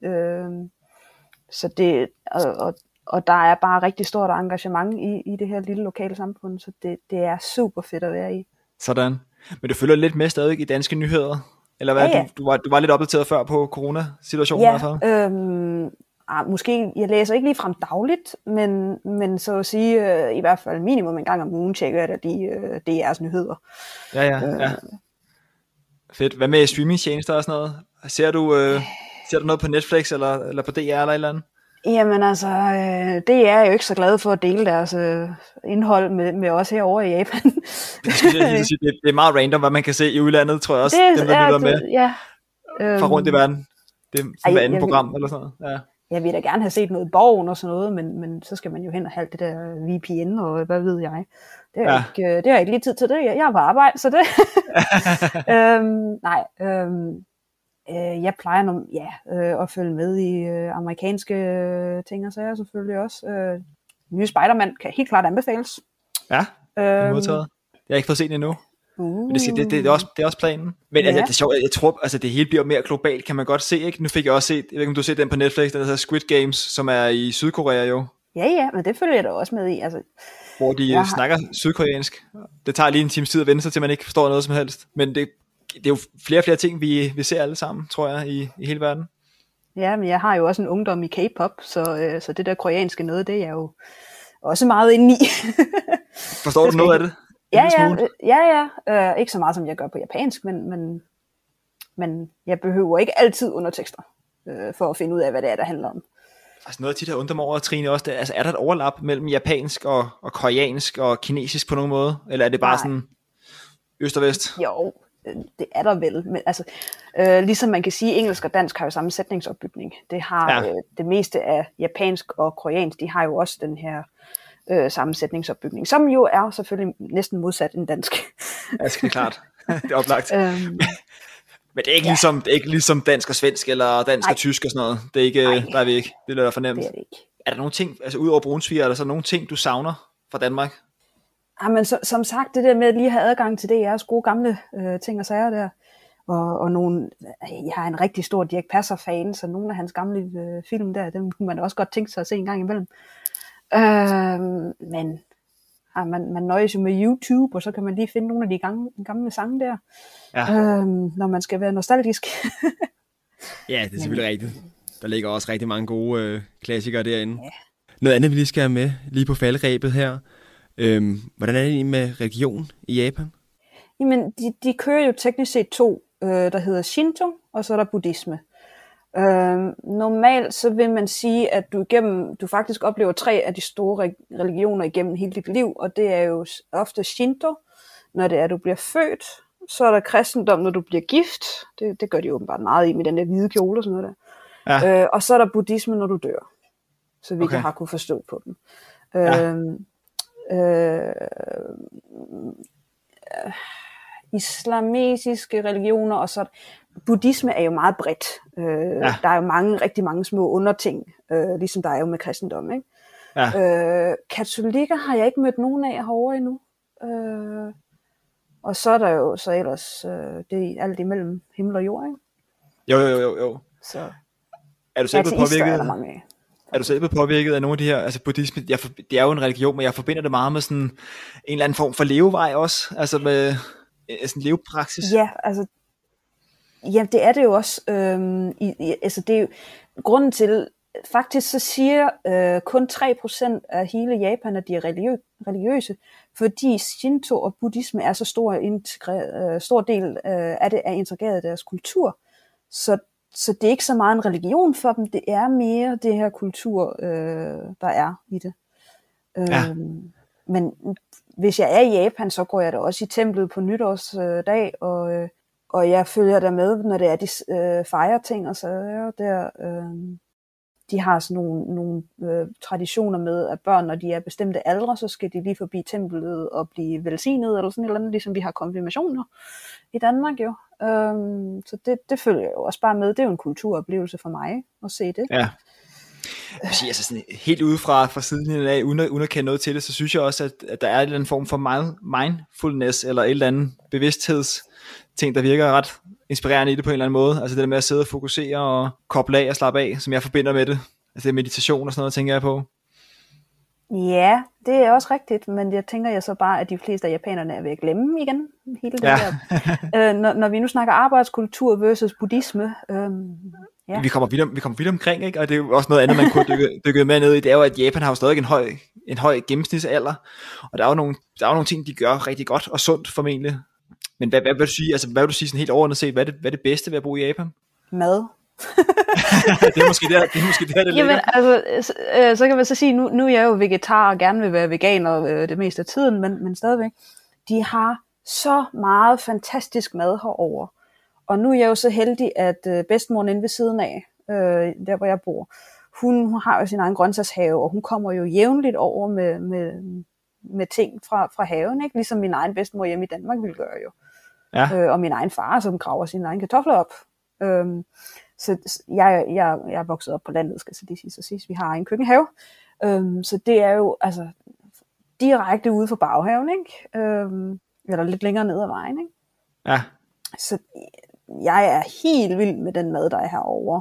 Så det, og der er bare rigtig stort engagement i det her lille lokale samfund, så det er super fedt at være i. Sådan. Men du følger lidt med stadig i danske nyheder? Eller hvad? Ja. Du var lidt opdateret før på coronasituationen? Ja, altså. Måske, jeg læser ikke ligefrem dagligt, men så at sige, i hvert fald minimum en gang om ugen tjekker jeg DR's nyheder. Ja. Fedt. Hvad med streamingtjenester og sådan noget? Ser du noget på Netflix eller på DR eller et eller andet? Jamen altså, det er jo ikke så glad for at dele deres indhold med os herovre i Japan. Det er meget random, hvad man kan se i udlandet, tror jeg også. Dem, der lytter med fra rundt i verden. Det er et andet program eller sådan noget. Ja. Jeg vil da gerne have set noget Borgen og sådan noget, men så skal man jo hen og have det der VPN og hvad ved jeg. Det har jeg ikke lige tid til det. Jeg er på arbejde, så det... Jeg plejer at følge med i amerikanske ting og sager selvfølgelig også. Nye Spider-Man kan helt klart anbefales. Ja, modtaget. Jeg har ikke fået set det endnu. Men det er også planen. Men det er sjovt, jeg tror, altså det hele bliver mere globalt, kan man godt se, ikke? Nu fik jeg også set, jeg ved ikke om du har set den på Netflix, den hedder Squid Games, som er i Sydkorea jo. Ja, men det følger jeg da også med i. Altså, hvor de snakker sydkoreansk. Det tager lige en times tid at vende sig til, man ikke forstår noget som helst. Men det er jo flere og flere ting, vi ser alle sammen, tror jeg, i hele verden. Ja, men jeg har jo også en ungdom i K-pop, så det der koreanske noget, det er jeg jo også meget inde i. Forstår du noget af det? Ja. Ikke så meget, som jeg gør på japansk, men jeg behøver ikke altid undertekster for at finde ud af, hvad det er, der handler om. Altså noget af tit, der undrer mig over, Trine, også, altså er der et overlap mellem japansk og koreansk og kinesisk på nogen måde? Eller er det bare sådan øst og vest? Jo, det er der vel. Men, altså, ligesom man kan sige, engelsk og dansk har jo samme sætningsopbygning. Det har det meste af japansk og koreansk, de har jo også den her sammensætningsopbygning, som jo er selvfølgelig næsten modsat end dansk. Ja, det er klart. Det er oplagt. Men det er ikke ligesom dansk og svensk, eller dansk og tysk og sådan noget. Det er ikke, der er vi ikke. Det er da fornemt. Det er det ikke. Er der nogle ting, altså ud over brunsviger, er der så nogle ting, du savner fra Danmark? Jamen, som sagt, det der med at lige have adgang til DR's gode gamle ting og sager der, og nogle, jeg har en rigtig stor Dirch Passer-fan, så nogle af hans gamle film der, dem kunne man også godt tænke sig at se en gang imellem. Men man nøjes jo med YouTube, og så kan man lige finde nogle af de gamle sange der, når man skal være nostalgisk. Ja, det er selvfølgelig rigtigt. Der ligger også rigtig mange gode klassikere derinde. Ja. Noget andet, vi lige skal have med, lige på faldrebet her. Hvordan er det egentlig med religion i Japan? Jamen, de kører jo teknisk set 2, der hedder Shinto, og så er der buddhisme. Normalt så vil man sige, at du faktisk oplever 3 af de store religioner igennem hele dit liv, og det er jo ofte Shinto, når det er, du bliver født. Så er der kristendom, når du bliver gift. Det gør de åbenbart meget i med den der hvide kjole og sådan noget der. Ja. Og så er der buddhisme, når du dør. Så vi kan have kunne forstå på dem. Islamitiske religioner, og så buddhisme er jo meget bredt. Der er jo rigtig mange små underting, ligesom der er jo med kristendom, ikke? Ja. Katolikker har jeg ikke mødt nogen af herovre endnu. Og så er der jo så ellers det er alt imellem himmel og jord, ikke? Jo. Så er du selv blevet påvirket? Er du selv blevet påvirket af nogle af de her, altså buddhisme, det er jo en religion, men jeg forbinder det meget med sådan en eller anden form for levevej også, altså med sådan en levepraksis. Ja, altså, det er det jo også. Altså det er jo grunden til, faktisk så siger kun 3% af hele Japan, at de er religiøse, fordi Shinto og buddhisme er så stor del af det er integreret i deres kultur. Så det er ikke så meget en religion for dem, det er mere det her kultur, der er i det. Men hvis jeg er i Japan, så går jeg da også i templet på nytårsdag, og jeg følger der med, når det er, de fejrer ting, og så er der... De har sådan nogle traditioner med, at børn, når de er bestemte aldre, så skal de lige forbi templet og blive velsignet, eller sådan et eller andet, ligesom vi har konfirmationer i Danmark jo. Så det følger jeg jo også bare med. Det er jo en kulturoplevelse for mig at se det. Ja. Altså sådan, helt ude fra siden af, uden at kende noget til det, så synes jeg også, at der er en eller anden form for mindfulness, eller et eller andet bevidsthedsting, der virker ret inspirerende i det på en eller anden måde. Altså det der med at sidde og fokusere og koble af og slappe af, som jeg forbinder med det. Altså det er meditation og sådan noget, tænker jeg på. Ja, det er også rigtigt, men jeg tænker så bare, at de fleste af japanerne er ved at glemme igen hele det der. Når vi nu snakker arbejdskultur versus buddhisme. Vi kommer vidt omkring, ikke? Og det er jo også noget andet, man kunne dykke med ned i. Det er jo, at Japan har jo stadig en høj gennemsnitsalder, og der er jo nogle ting, de gør rigtig godt og sundt formentlig. Men hvad vil du sige? Altså, hvad vil du sige sådan helt overordnet set? Hvad er det bedste ved at bo i Japan? Mad. det er måske der, det ligger. Jamen, altså, så kan man så sige, nu er jeg jo vegetar og gerne vil være veganer det meste af tiden, men stadigvæk. De har så meget fantastisk mad herover. Og nu er jeg jo så heldig, at bedstemoren inde ved siden af, der hvor jeg bor, hun har jo sin egen grøntsagshave, og hun kommer jo jævnligt over med ting fra haven, ikke? Ligesom min egen bedstemor hjemme i Danmark ville gøre jo. Ja. Og min egen far, som graver sine egne kartofler op. Så jeg er vokset op på landet, skal det lige sige. Vi har en køkkenhave. Så det er jo altså direkte ude for baghaven, ikke? Eller lidt længere ned ad vejen, ikke? Ja. Så jeg er helt vild med den mad, der er herovre.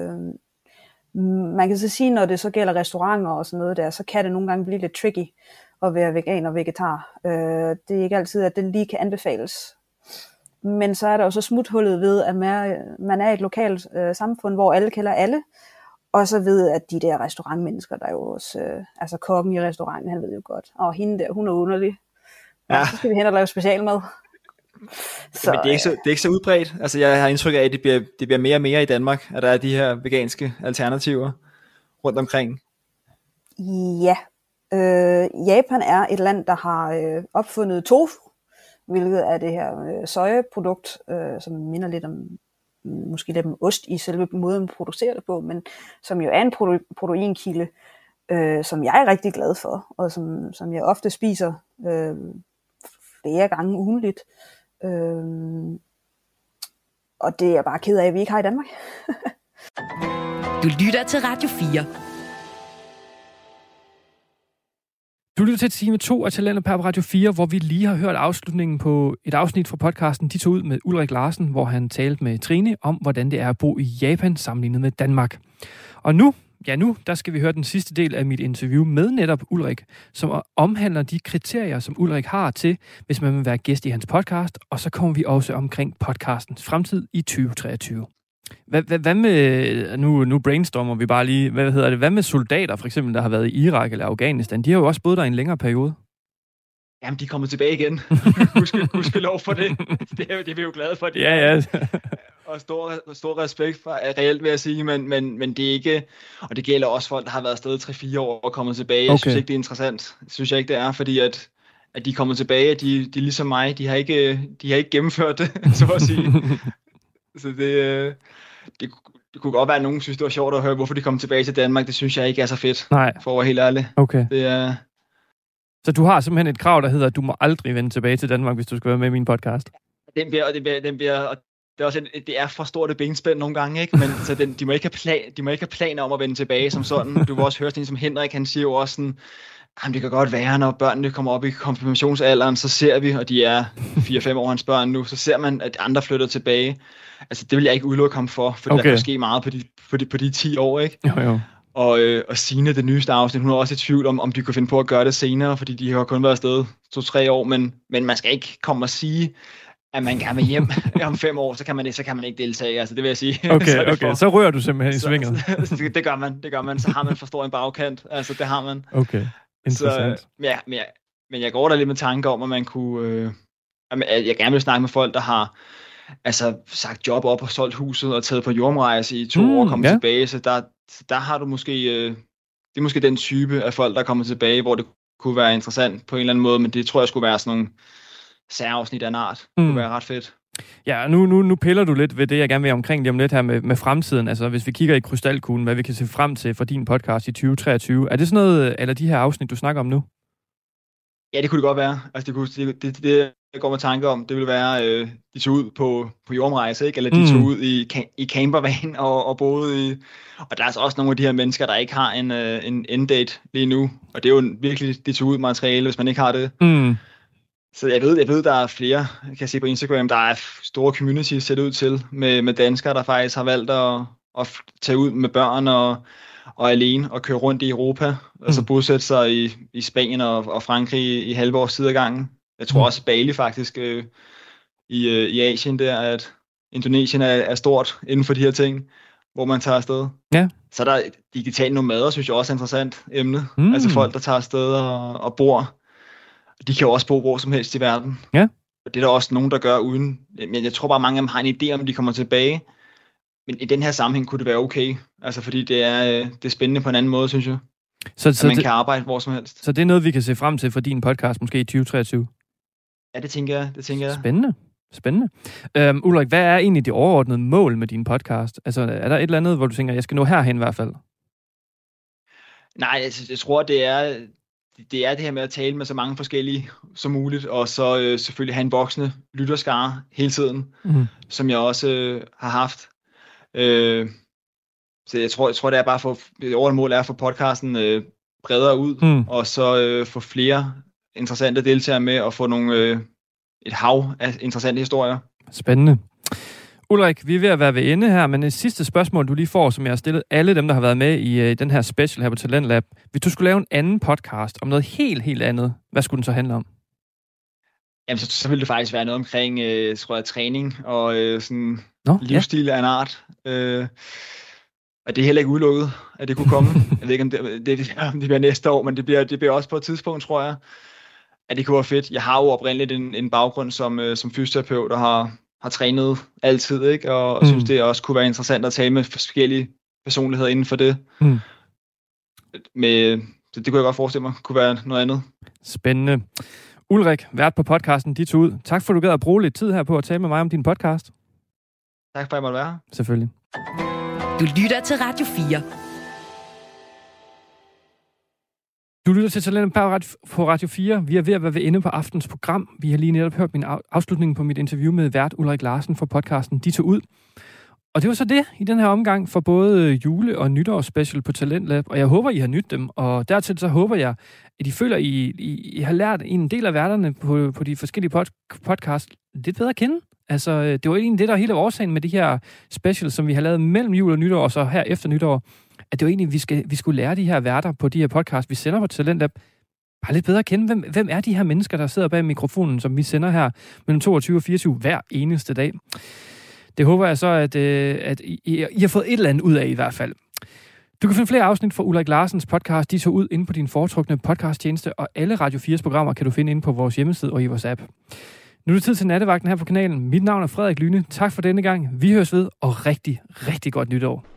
Man kan så sige, når det så gælder restauranter og sådan noget der, så kan det nogle gange blive lidt tricky at være veganer og vegetar. Det er ikke altid, at det lige kan anbefales. Men så er der jo så smuthullet ved, at man er i et lokalt samfund, hvor alle kender alle. Og så ved, at de der restaurantmennesker, der er jo også, altså kokken i restauranten, han ved jo godt. Og hende der, hun er underlig. Ja. Så skal vi hen og lave specialmad. Så, men det er ikke så udbredt. Altså jeg har indtryk af, at det bliver mere og mere i Danmark, at der er de her veganske alternativer rundt omkring. Ja. Japan er et land, der har opfundet tofu, hvilket er det her sojaprodukt, som minder lidt om måske lidt om ost i selve måden, man producerer det på, men som jo er en proteinkilde, som jeg er rigtig glad for, og som jeg ofte spiser flere gange ugenligt. Og det er jeg bare ked af, at vi ikke har i Danmark. Du lytter til Radio 4. Du lytter til time 2 af Talent på Radio 4, hvor vi lige har hørt afslutningen på et afsnit fra podcasten De tog ud med Ulrik Larsen, hvor han talte med Trine om, hvordan det er at bo i Japan sammenlignet med Danmark. Og nu, der skal vi høre den sidste del af mit interview med netop Ulrik, som omhandler de kriterier, som Ulrik har til, hvis man vil være gæst i hans podcast, og så kommer vi også omkring podcastens fremtid i 2023. Hvad med, nu brainstormer vi bare lige, hvad med soldater for eksempel, der har været i Irak eller Afghanistan? De har jo også boet der i en længere periode. Jamen, de er kommet tilbage igen. Husk lov for det. Det er vi jo glade for. Ja. og stor respekt for, reelt vil jeg sige, men det er ikke, og det gælder også folk, der har været afsted 3-4 år og kommet tilbage. Jeg synes ikke, det er interessant. Det synes jeg ikke, det er, fordi at de er kommet tilbage, at de er ligesom mig, de har ikke gennemført det, så at sige. Så det kunne godt være, at nogen synes, det var sjovt at høre, hvorfor de kom tilbage til Danmark. Det synes jeg ikke er så fedt, for at være helt ærlig. Okay. Det er... Så du har simpelthen et krav, der hedder, at du må aldrig vende tilbage til Danmark, hvis du skal være med i min podcast? Den bliver, og det er også det er for stort et benspænd nogle gange, ikke? Men så de må ikke have planer om at vende tilbage som sådan. Du vil også høre sådan en som Henrik, han siger jo også sådan, det kan godt være, når børnene kommer op i konfirmationsalderen, så ser vi, og de er 4-5 år hans børn nu, så ser man, at andre flytter tilbage. Altså, det vil jeg ikke udelukke ham for der kan ske meget på de 10 år, ikke? Jo. Og Signe, det nyeste afsnit, hun er også i tvivl om de kunne finde på at gøre det senere, fordi de har kun været afsted 2-3 år, men man skal ikke komme og sige, at man gerne vil hjem om 5 år, så kan man ikke deltage, altså det vil jeg sige. Okay, så rører du simpelthen i svinget. Det gør man, så har man for stor en bagkant, altså det har man. Okay, interessant. Så, men jeg går der lidt med tanker om, at man kunne, jeg gerne vil snakke med folk, der har sagt job op og solgt huset og taget på jordomrejse i 2 år og kommet tilbage, så der har du måske, det er måske den type af folk, der kommer tilbage, hvor det kunne være interessant på en eller anden måde, men det tror jeg skulle være sådan nogle særafsnit af en art. Det kunne være ret fedt. Ja, nu piller du lidt ved det, jeg gerne vil omkring lige om lidt her med fremtiden. Altså, hvis vi kigger i krystalkuglen, hvad vi kan se frem til for din podcast i 2023. Er det sådan noget, eller de her afsnit, du snakker om nu? Ja, det kunne det godt være. Altså, det jeg går med tanker om, det vil være, de tog ud på jordomrejse, ikke? Eller de tog ud i campervan og boede i... Og der er altså også nogle af de her mennesker, der ikke har en enddate lige nu. Og det er jo virkelig, de tog ud materiale, hvis man ikke har det. Så jeg ved, der er flere, kan jeg se på Instagram, der er store communities set ud til, med danskere, der faktisk har valgt at tage ud med børn og alene og køre rundt i Europa, og så bosætte sig i Spanien og Frankrig i halve års tid ad gangen. Jeg tror også Bali faktisk i Asien der, at Indonesien er stort inden for de her ting, hvor man tager afsted. Ja. Så er der digitale nomader, synes jeg også er et interessant emne. Altså folk, der tager afsted og bor. De kan jo også bo hvor som helst i verden. Ja. Og det er der også nogen, der gør uden. Men jeg tror bare, mange af dem har en idé om, de kommer tilbage. Men i den her sammenhæng kunne det være okay. Altså fordi det er spændende på en anden måde, synes jeg. Så man kan arbejde hvor som helst. Så det er noget, vi kan se frem til for din podcast, måske i 2023? Ja, det tænker jeg. Spændende. Ulrik, hvad er egentlig det overordnede mål med din podcast? Altså, er der et eller andet, hvor du tænker, jeg skal nå herhen i hvert fald? Nej, jeg tror, det er det her med at tale med så mange forskellige som muligt, og så selvfølgelig have en voksende lytterskare hele tiden, som jeg også har haft. Så jeg tror, det er bare for, det overordnede mål er at få podcasten bredere ud, og så få flere interessante deltagere med, og få et hav af interessante historier. Spændende. Ulrik, vi er ved at være ved ende her, men et sidste spørgsmål, du lige får, som jeg har stillet alle dem, der har været med i den her special her på Talent Lab. Hvis du skulle lave en anden podcast om noget helt andet, hvad skulle den så handle om? Jamen, så ville det faktisk være noget omkring, tror jeg, træning og livsstil af en art. Og det er heller ikke udelukket, at det kunne komme. Jeg ved ikke, om det bliver næste år, men det bliver også på et tidspunkt, tror jeg, at det kunne være fedt. Jeg har jo oprindeligt en baggrund som fysioterapeut, og har trænet altid, ikke? Og synes, det også kunne være interessant at tale med forskellige personligheder inden for det. Så det kunne jeg godt forestille mig, kunne være noget andet. Spændende. Ulrik, vært på podcasten De Tog Ud. Tak for, at du gad at bruge lidt tid her på at tale med mig om din podcast. Tak for, at jeg måtte være her. Selvfølgelig. Du lytter til Radio 4. Du lytter til Talent på Radio 4. Vi er ved at være ved ende på aftens program. Vi har lige netop hørt min afslutning på mit interview med vært Ulrik Larsen fra podcasten De Tog Ud. Og det var så det i den her omgang for både jule- og nytårsspecial på Talent Lab. Og jeg håber, I har nydt dem. Og dertil så håber jeg, at I føler, I har lært en del af værterne på de forskellige podcast lidt bedre at kende. Altså, det var egentlig det, der er hele årsagen med de her specials, som vi har lavet mellem jul og nytår, og så her efter nytår. At det var egentlig, vi skulle lære de her værter på de her podcast, vi sender på Talent Lab, bare lidt bedre at kende. Hvem er de her mennesker, der sidder bag mikrofonen, som vi sender her mellem 22 og 24 hver eneste dag? Det håber jeg så, at I har fået et eller andet ud af i hvert fald. Du kan finde flere afsnit fra Ulrik Larsens podcast, De Tog Ud, inde på din foretrukne podcasttjeneste, og alle Radio 4's programmer kan du finde inde på vores hjemmeside og i vores app. Nu er det tid til nattevagten her på kanalen. Mit navn er Frederik Lyne. Tak for denne gang. Vi høres ved, og rigtig, rigtig godt nytår.